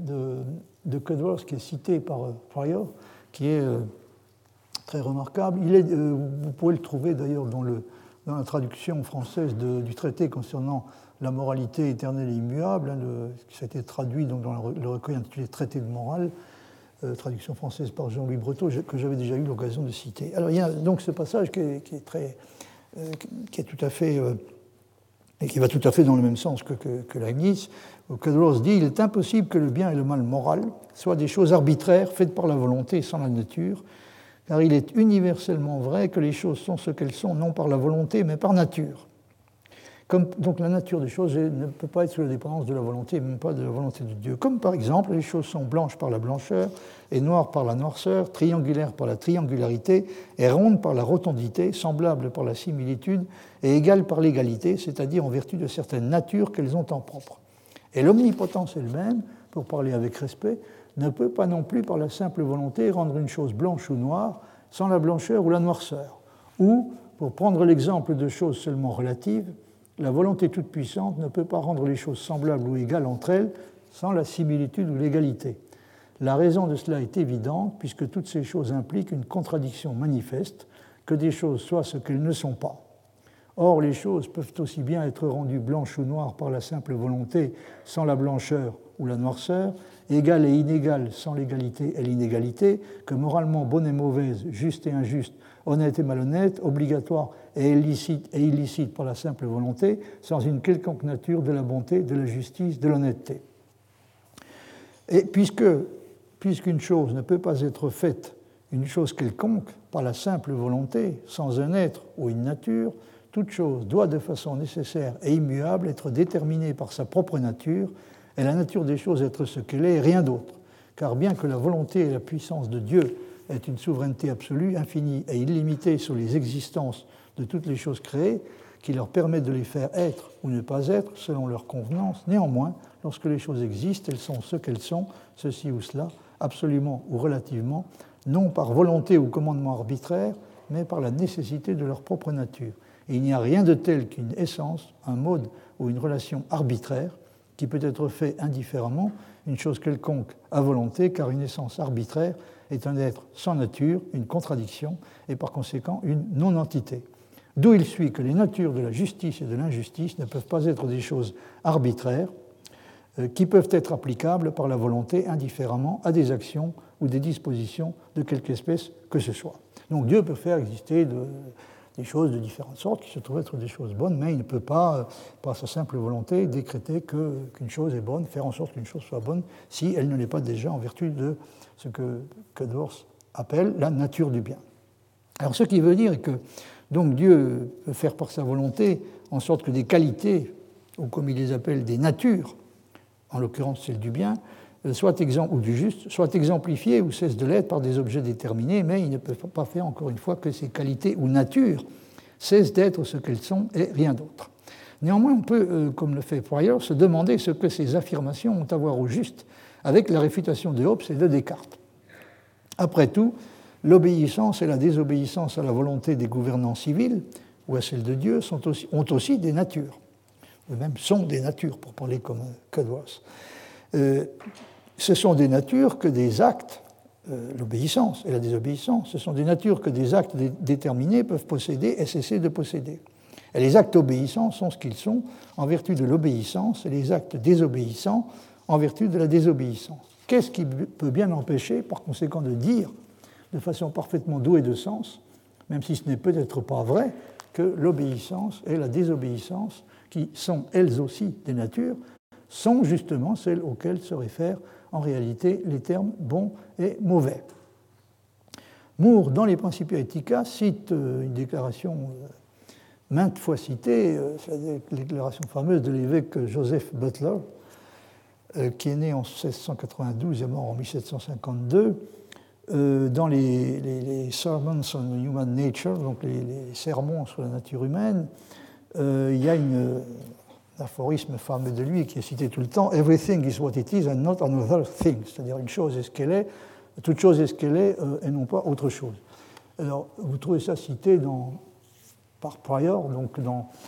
de Cudworth qui est cité par Prior, qui est très remarquable, vous pouvez le trouver d'ailleurs dans la traduction française du traité concernant la moralité éternelle et immuable, qui a été traduit donc dans le recueil intitulé Traité de morale, traduction française par Jean-Louis Breteau, que j'avais déjà eu l'occasion de citer. Alors il y a donc ce passage qui est tout à fait et qui va tout à fait dans le même sens que Leibniz, où Cudworth dit « Il est impossible que le bien et le mal moral soient des choses arbitraires faites par la volonté sans la nature, car il est universellement vrai que les choses sont ce qu'elles sont non par la volonté mais par nature. » Donc la nature des choses ne peut pas être sous la dépendance de la volonté, même pas de la volonté de Dieu. Comme par exemple, les choses sont blanches par la blancheur, et noires par la noirceur, triangulaires par la triangularité, et rondes par la rotondité, semblables par la similitude, et égales par l'égalité, c'est-à-dire en vertu de certaines natures qu'elles ont en propre. Et l'omnipotence elle-même, pour parler avec respect, ne peut pas non plus par la simple volonté rendre une chose blanche ou noire sans la blancheur ou la noirceur. Ou, pour prendre l'exemple de choses seulement relatives, la volonté toute-puissante ne peut pas rendre les choses semblables ou égales entre elles sans la similitude ou l'égalité. La raison de cela est évidente, puisque toutes ces choses impliquent une contradiction manifeste, que des choses soient ce qu'elles ne sont pas. Or, les choses peuvent aussi bien être rendues blanches ou noires par la simple volonté sans la blancheur ou la noirceur, égales et inégales sans l'égalité et l'inégalité, que moralement bonnes et mauvaises, justes et injustes, honnêtes et malhonnêtes, obligatoires et illicites par la simple volonté, sans une quelconque nature de la bonté, de la justice, de l'honnêteté. Et puisqu'une chose ne peut pas être faite, une chose quelconque, par la simple volonté, sans un être ou une nature, toute chose doit de façon nécessaire et immuable être déterminée par sa propre nature, et la nature des choses être ce qu'elle est et rien d'autre. Car bien que la volonté et la puissance de Dieu aient une souveraineté absolue, infinie et illimitée sur les existences de toutes les choses créées, qui leur permet de les faire être ou ne pas être selon leur convenance, néanmoins, lorsque les choses existent, elles sont ce qu'elles sont, ceci ou cela, absolument ou relativement, non par volonté ou commandement arbitraire, mais par la nécessité de leur propre nature. Et il n'y a rien de tel qu'une essence, un mode ou une relation arbitraire qui peut être fait indifféremment, une chose quelconque à volonté, car une essence arbitraire est un être sans nature, une contradiction, et par conséquent une non-entité. D'où il suit que les natures de la justice et de l'injustice ne peuvent pas être des choses arbitraires, qui peuvent être applicables par la volonté indifféremment à des actions ou des dispositions de quelque espèce que ce soit. Donc Dieu peut faire exister des choses de différentes sortes qui se trouvent être des choses bonnes, mais il ne peut pas, par sa simple volonté, décréter qu'une chose est bonne, faire en sorte qu'une chose soit bonne, si elle ne l'est pas déjà en vertu de ce que Cudworth appelle la nature du bien. Alors ce qui veut dire que donc Dieu peut faire par sa volonté en sorte que des qualités, ou comme il les appelle des natures, en l'occurrence celle du bien, ou du juste, soient exemplifiées ou cessent de l'être par des objets déterminés, mais il ne peut pas faire encore une fois que ces qualités ou natures cessent d'être ce qu'elles sont et rien d'autre. Néanmoins, on peut, comme le fait Prior, se demander ce que ces affirmations ont à voir au juste avec la réfutation de Hobbes et de Descartes. Après tout, l'obéissance et la désobéissance à la volonté des gouvernants civils ou à celle de Dieu ont aussi des natures, ou même sont des natures, pour parler comme Cudworth. Ce sont des natures que des actes, l'obéissance et la désobéissance, ce sont des natures que des actes déterminés peuvent posséder et cesser de posséder. Et les actes obéissants sont ce qu'ils sont en vertu de l'obéissance et les actes désobéissants en vertu de la désobéissance. Qu'est-ce qui peut bien empêcher, par conséquent, de dire de façon parfaitement douée de sens, même si ce n'est peut-être pas vrai, que l'obéissance et la désobéissance, qui sont elles aussi des natures, sont justement celles auxquelles se réfèrent en réalité les termes bon et mauvais. Moore, dans les Principia Ethica, cite une déclaration maintes fois citée, c'est la déclaration fameuse de l'évêque Joseph Butler, qui est né en 1692 et mort en 1752, dans les Sermons on Human Nature, donc les sermons sur la nature humaine, il y a un aphorisme fameux de lui qui est cité tout le temps, « Everything is what it is and not another thing », c'est-à-dire une chose est ce qu'elle est, toute chose est ce qu'elle est et non pas autre chose. Alors, vous trouvez ça cité dans par Pryor. Donc,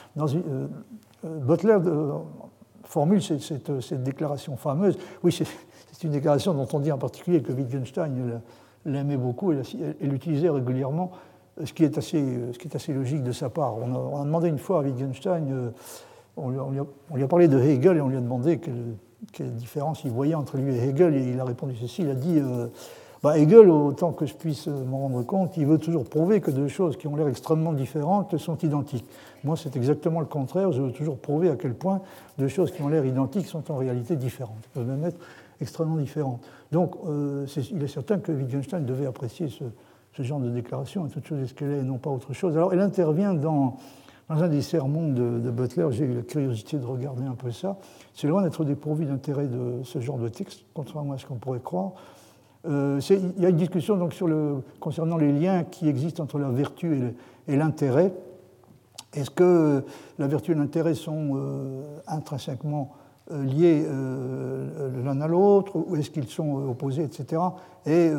Butler formule cette déclaration fameuse. Oui, c'est une déclaration dont on dit en particulier que Wittgenstein l'aimait beaucoup et l'utilisait régulièrement, ce qui est assez logique de sa part. On a demandé une fois à Wittgenstein, on lui a parlé de Hegel et on lui a demandé quelle différence il voyait entre lui et Hegel, et il a répondu ceci, il a dit Hegel, autant que je puisse m'en rendre compte, il veut toujours prouver que deux choses qui ont l'air extrêmement différentes sont identiques. Moi, c'est exactement le contraire, je veux toujours prouver à quel point deux choses qui ont l'air identiques sont en réalité différentes. Elles peuvent même être extrêmement différentes. Donc, il est certain que Wittgenstein devait apprécier ce genre de déclaration, toute chose est ce qu'elle est et non pas autre chose. Alors, elle intervient dans un des sermons de Butler, j'ai eu la curiosité de regarder un peu ça. C'est loin d'être dépourvu d'intérêt de ce genre de texte, contrairement à ce qu'on pourrait croire. Il y a une discussion donc, concernant les liens qui existent entre la vertu et l'intérêt. Est-ce que la vertu et l'intérêt sont intrinsèquement liés l'un à l'autre, ou est-ce qu'ils sont opposés, etc. Et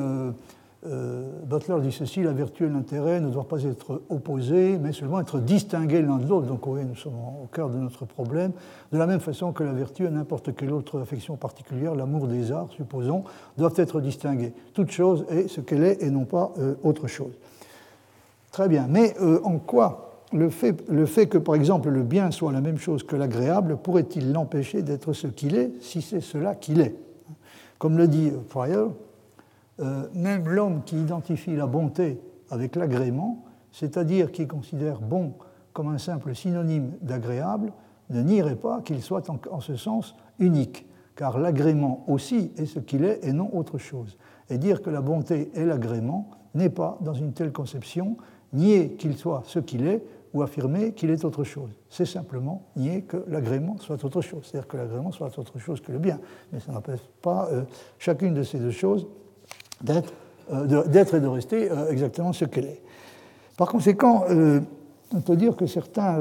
Butler dit ceci, la vertu et l'intérêt ne doivent pas être opposés, mais seulement être distingués l'un de l'autre. Donc oui, nous sommes au cœur de notre problème. De la même façon que la vertu et n'importe quelle autre affection particulière, l'amour des arts, supposons, doivent être distingués. Toute chose est ce qu'elle est et non pas autre chose. Très bien, mais en quoi le fait que, par exemple, le bien soit la même chose que l'agréable pourrait-il l'empêcher d'être ce qu'il est, si c'est cela qu'il est? Comme le dit Pryor, même l'homme qui identifie la bonté avec l'agrément, c'est-à-dire qui considère bon comme un simple synonyme d'agréable, ne nierait pas qu'il soit en ce sens unique, car l'agrément aussi est ce qu'il est et non autre chose. Et dire que la bonté est l'agrément n'est pas, dans une telle conception, nier qu'il soit ce qu'il est ou affirmer qu'il est autre chose. C'est simplement nier que l'agrément soit autre chose, c'est-à-dire que l'agrément soit autre chose que le bien. Mais ça n'empêche pas chacune de ces deux choses d'être et de rester exactement ce qu'elle est. Par conséquent, on peut dire que certains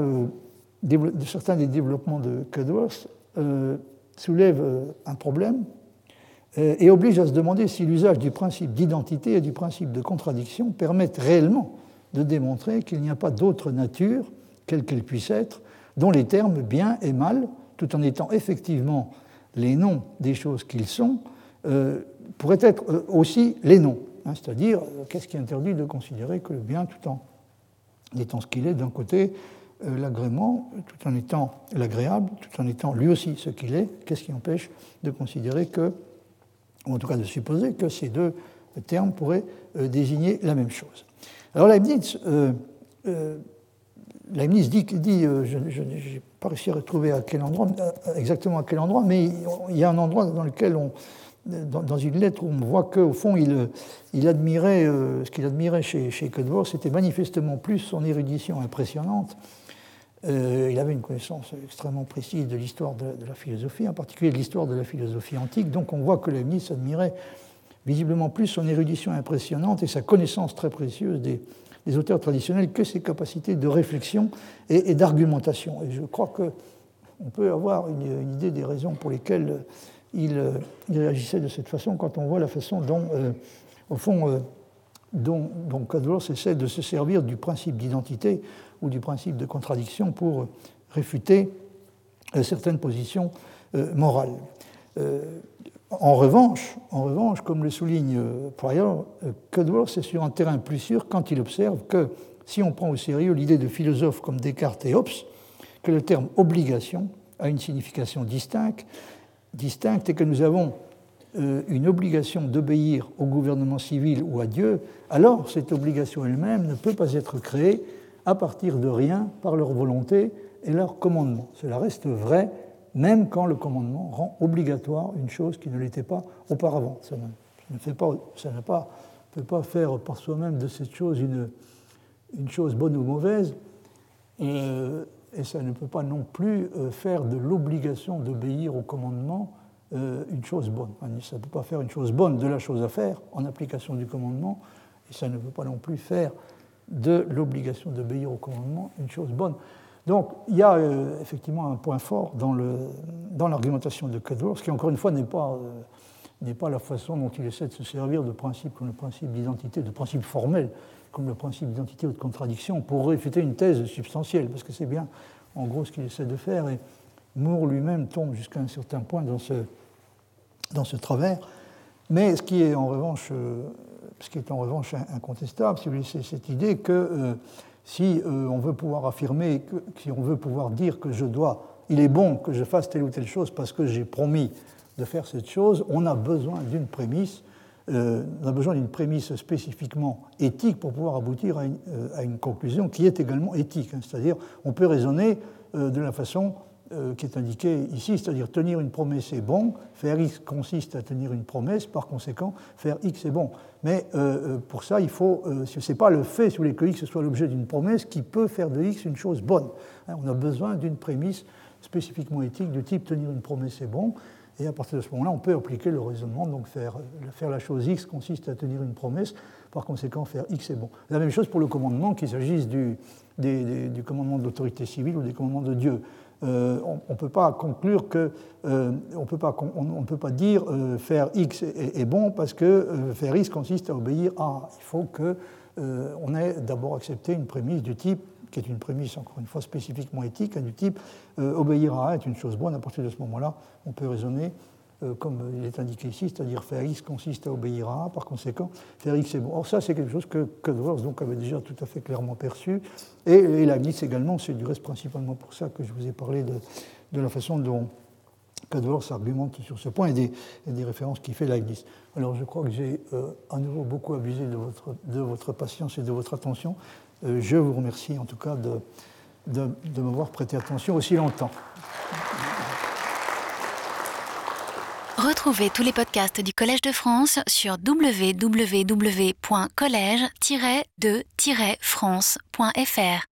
des développements de Cudworth soulèvent un problème et obligent à se demander si l'usage du principe d'identité et du principe de contradiction permettent réellement de démontrer qu'il n'y a pas d'autre nature, quelle qu'elle puisse être, dont les termes bien et mal, tout en étant effectivement les noms des choses qu'ils sont, pourraient être aussi les noms. C'est-à-dire, qu'est-ce qui interdit de considérer que le bien, tout en étant ce qu'il est, d'un côté, l'agrément, tout en étant l'agréable, tout en étant lui aussi ce qu'il est, qu'est-ce qui empêche de considérer que, ou en tout cas de supposer que ces deux termes pourraient désigner la même chose. Alors Leibniz dit je n'ai pas réussi à retrouver exactement à quel endroit, mais il y a un endroit dans lequel dans une lettre où on voit qu'au fond, il admirait, ce qu'il admirait chez Cudworth, c'était manifestement plus son érudition impressionnante. Il avait une connaissance extrêmement précise de l'histoire de la philosophie, en particulier de l'histoire de la philosophie antique. Donc on voit que Leibniz admirait visiblement plus son érudition impressionnante et sa connaissance très précieuse des auteurs traditionnels que ses capacités de réflexion et d'argumentation. Et je crois qu'on peut avoir une idée des raisons pour lesquelles il réagissait de cette façon quand on voit la façon dont, au fond, dont Cudworth essaie de se servir du principe d'identité ou du principe de contradiction pour réfuter certaines positions morales. En revanche, comme le souligne Pryor, Cudworth est sur un terrain plus sûr quand il observe que, si on prend au sérieux l'idée de philosophes comme Descartes et Hobbes, que le terme « obligation » a une signification distincte et que nous avons une obligation d'obéir au gouvernement civil ou à Dieu, alors cette obligation elle-même ne peut pas être créée à partir de rien par leur volonté et leur commandement. Cela reste vrai même quand le commandement rend obligatoire une chose qui ne l'était pas auparavant. Ça ne peut pas faire par soi-même de cette chose une chose bonne ou mauvaise, et ça ne peut pas non plus faire de l'obligation d'obéir au commandement une chose bonne. Ça ne peut pas faire une chose bonne de la chose à faire en application du commandement, et ça ne peut pas non plus faire de l'obligation d'obéir au commandement une chose bonne. Donc il y a effectivement un point fort dans l'argumentation de Cudworth, qui encore une fois n'est pas n'est pas la façon dont il essaie de se servir de principes comme le principe d'identité, de principes formels comme le principe d'identité ou de contradiction pour réfuter une thèse substantielle, parce que c'est bien en gros ce qu'il essaie de faire, et Moore lui-même tombe jusqu'à un certain point dans ce travers. Mais ce qui est en revanche incontestable, c'est cette idée que si on veut pouvoir affirmer, si on veut pouvoir dire que il est bon que je fasse telle ou telle chose parce que j'ai promis de faire cette chose, on a besoin d'une prémisse, spécifiquement éthique pour pouvoir aboutir à une conclusion qui est également éthique. C'est-à-dire, on peut raisonner de la façon qui est indiquée ici, c'est-à-dire tenir une promesse est bon, faire X consiste à tenir une promesse, par conséquent, faire X est bon. Mais pour ça, il faut, ce n'est pas le fait, si vous voulez, que X soit l'objet d'une promesse qui peut faire de X une chose bonne. On a besoin d'une prémisse spécifiquement éthique du type tenir une promesse est bon, et à partir de ce moment-là, on peut appliquer le raisonnement, donc faire la chose X consiste à tenir une promesse, par conséquent, faire X est bon. La même chose pour le commandement, qu'il s'agisse du commandement de l'autorité civile ou des commandements de Dieu. On ne peut pas conclure que, on ne peut pas dire faire X est bon parce que faire X consiste à obéir à. Il faut qu'on ait d'abord accepté une prémisse du type, qui est une prémisse encore une fois spécifiquement éthique, du type obéir à A est une chose bonne. À partir de ce moment-là, on peut raisonner comme il est indiqué ici, c'est-à-dire faire X consiste à obéir à A, par conséquent, faire X est bon. Or ça, c'est quelque chose que Dworks donc avait déjà tout à fait clairement perçu, et Leibniz également, c'est du reste principalement pour ça que je vous ai parlé de la façon dont Dworks argumente sur ce point et des références qu'il fait Leibniz. Alors je crois que j'ai à nouveau beaucoup abusé de votre patience et de votre attention. Je vous remercie en tout cas de m'avoir prêté attention aussi longtemps. Retrouvez tous les podcasts du Collège de France sur www.collège-de-france.fr.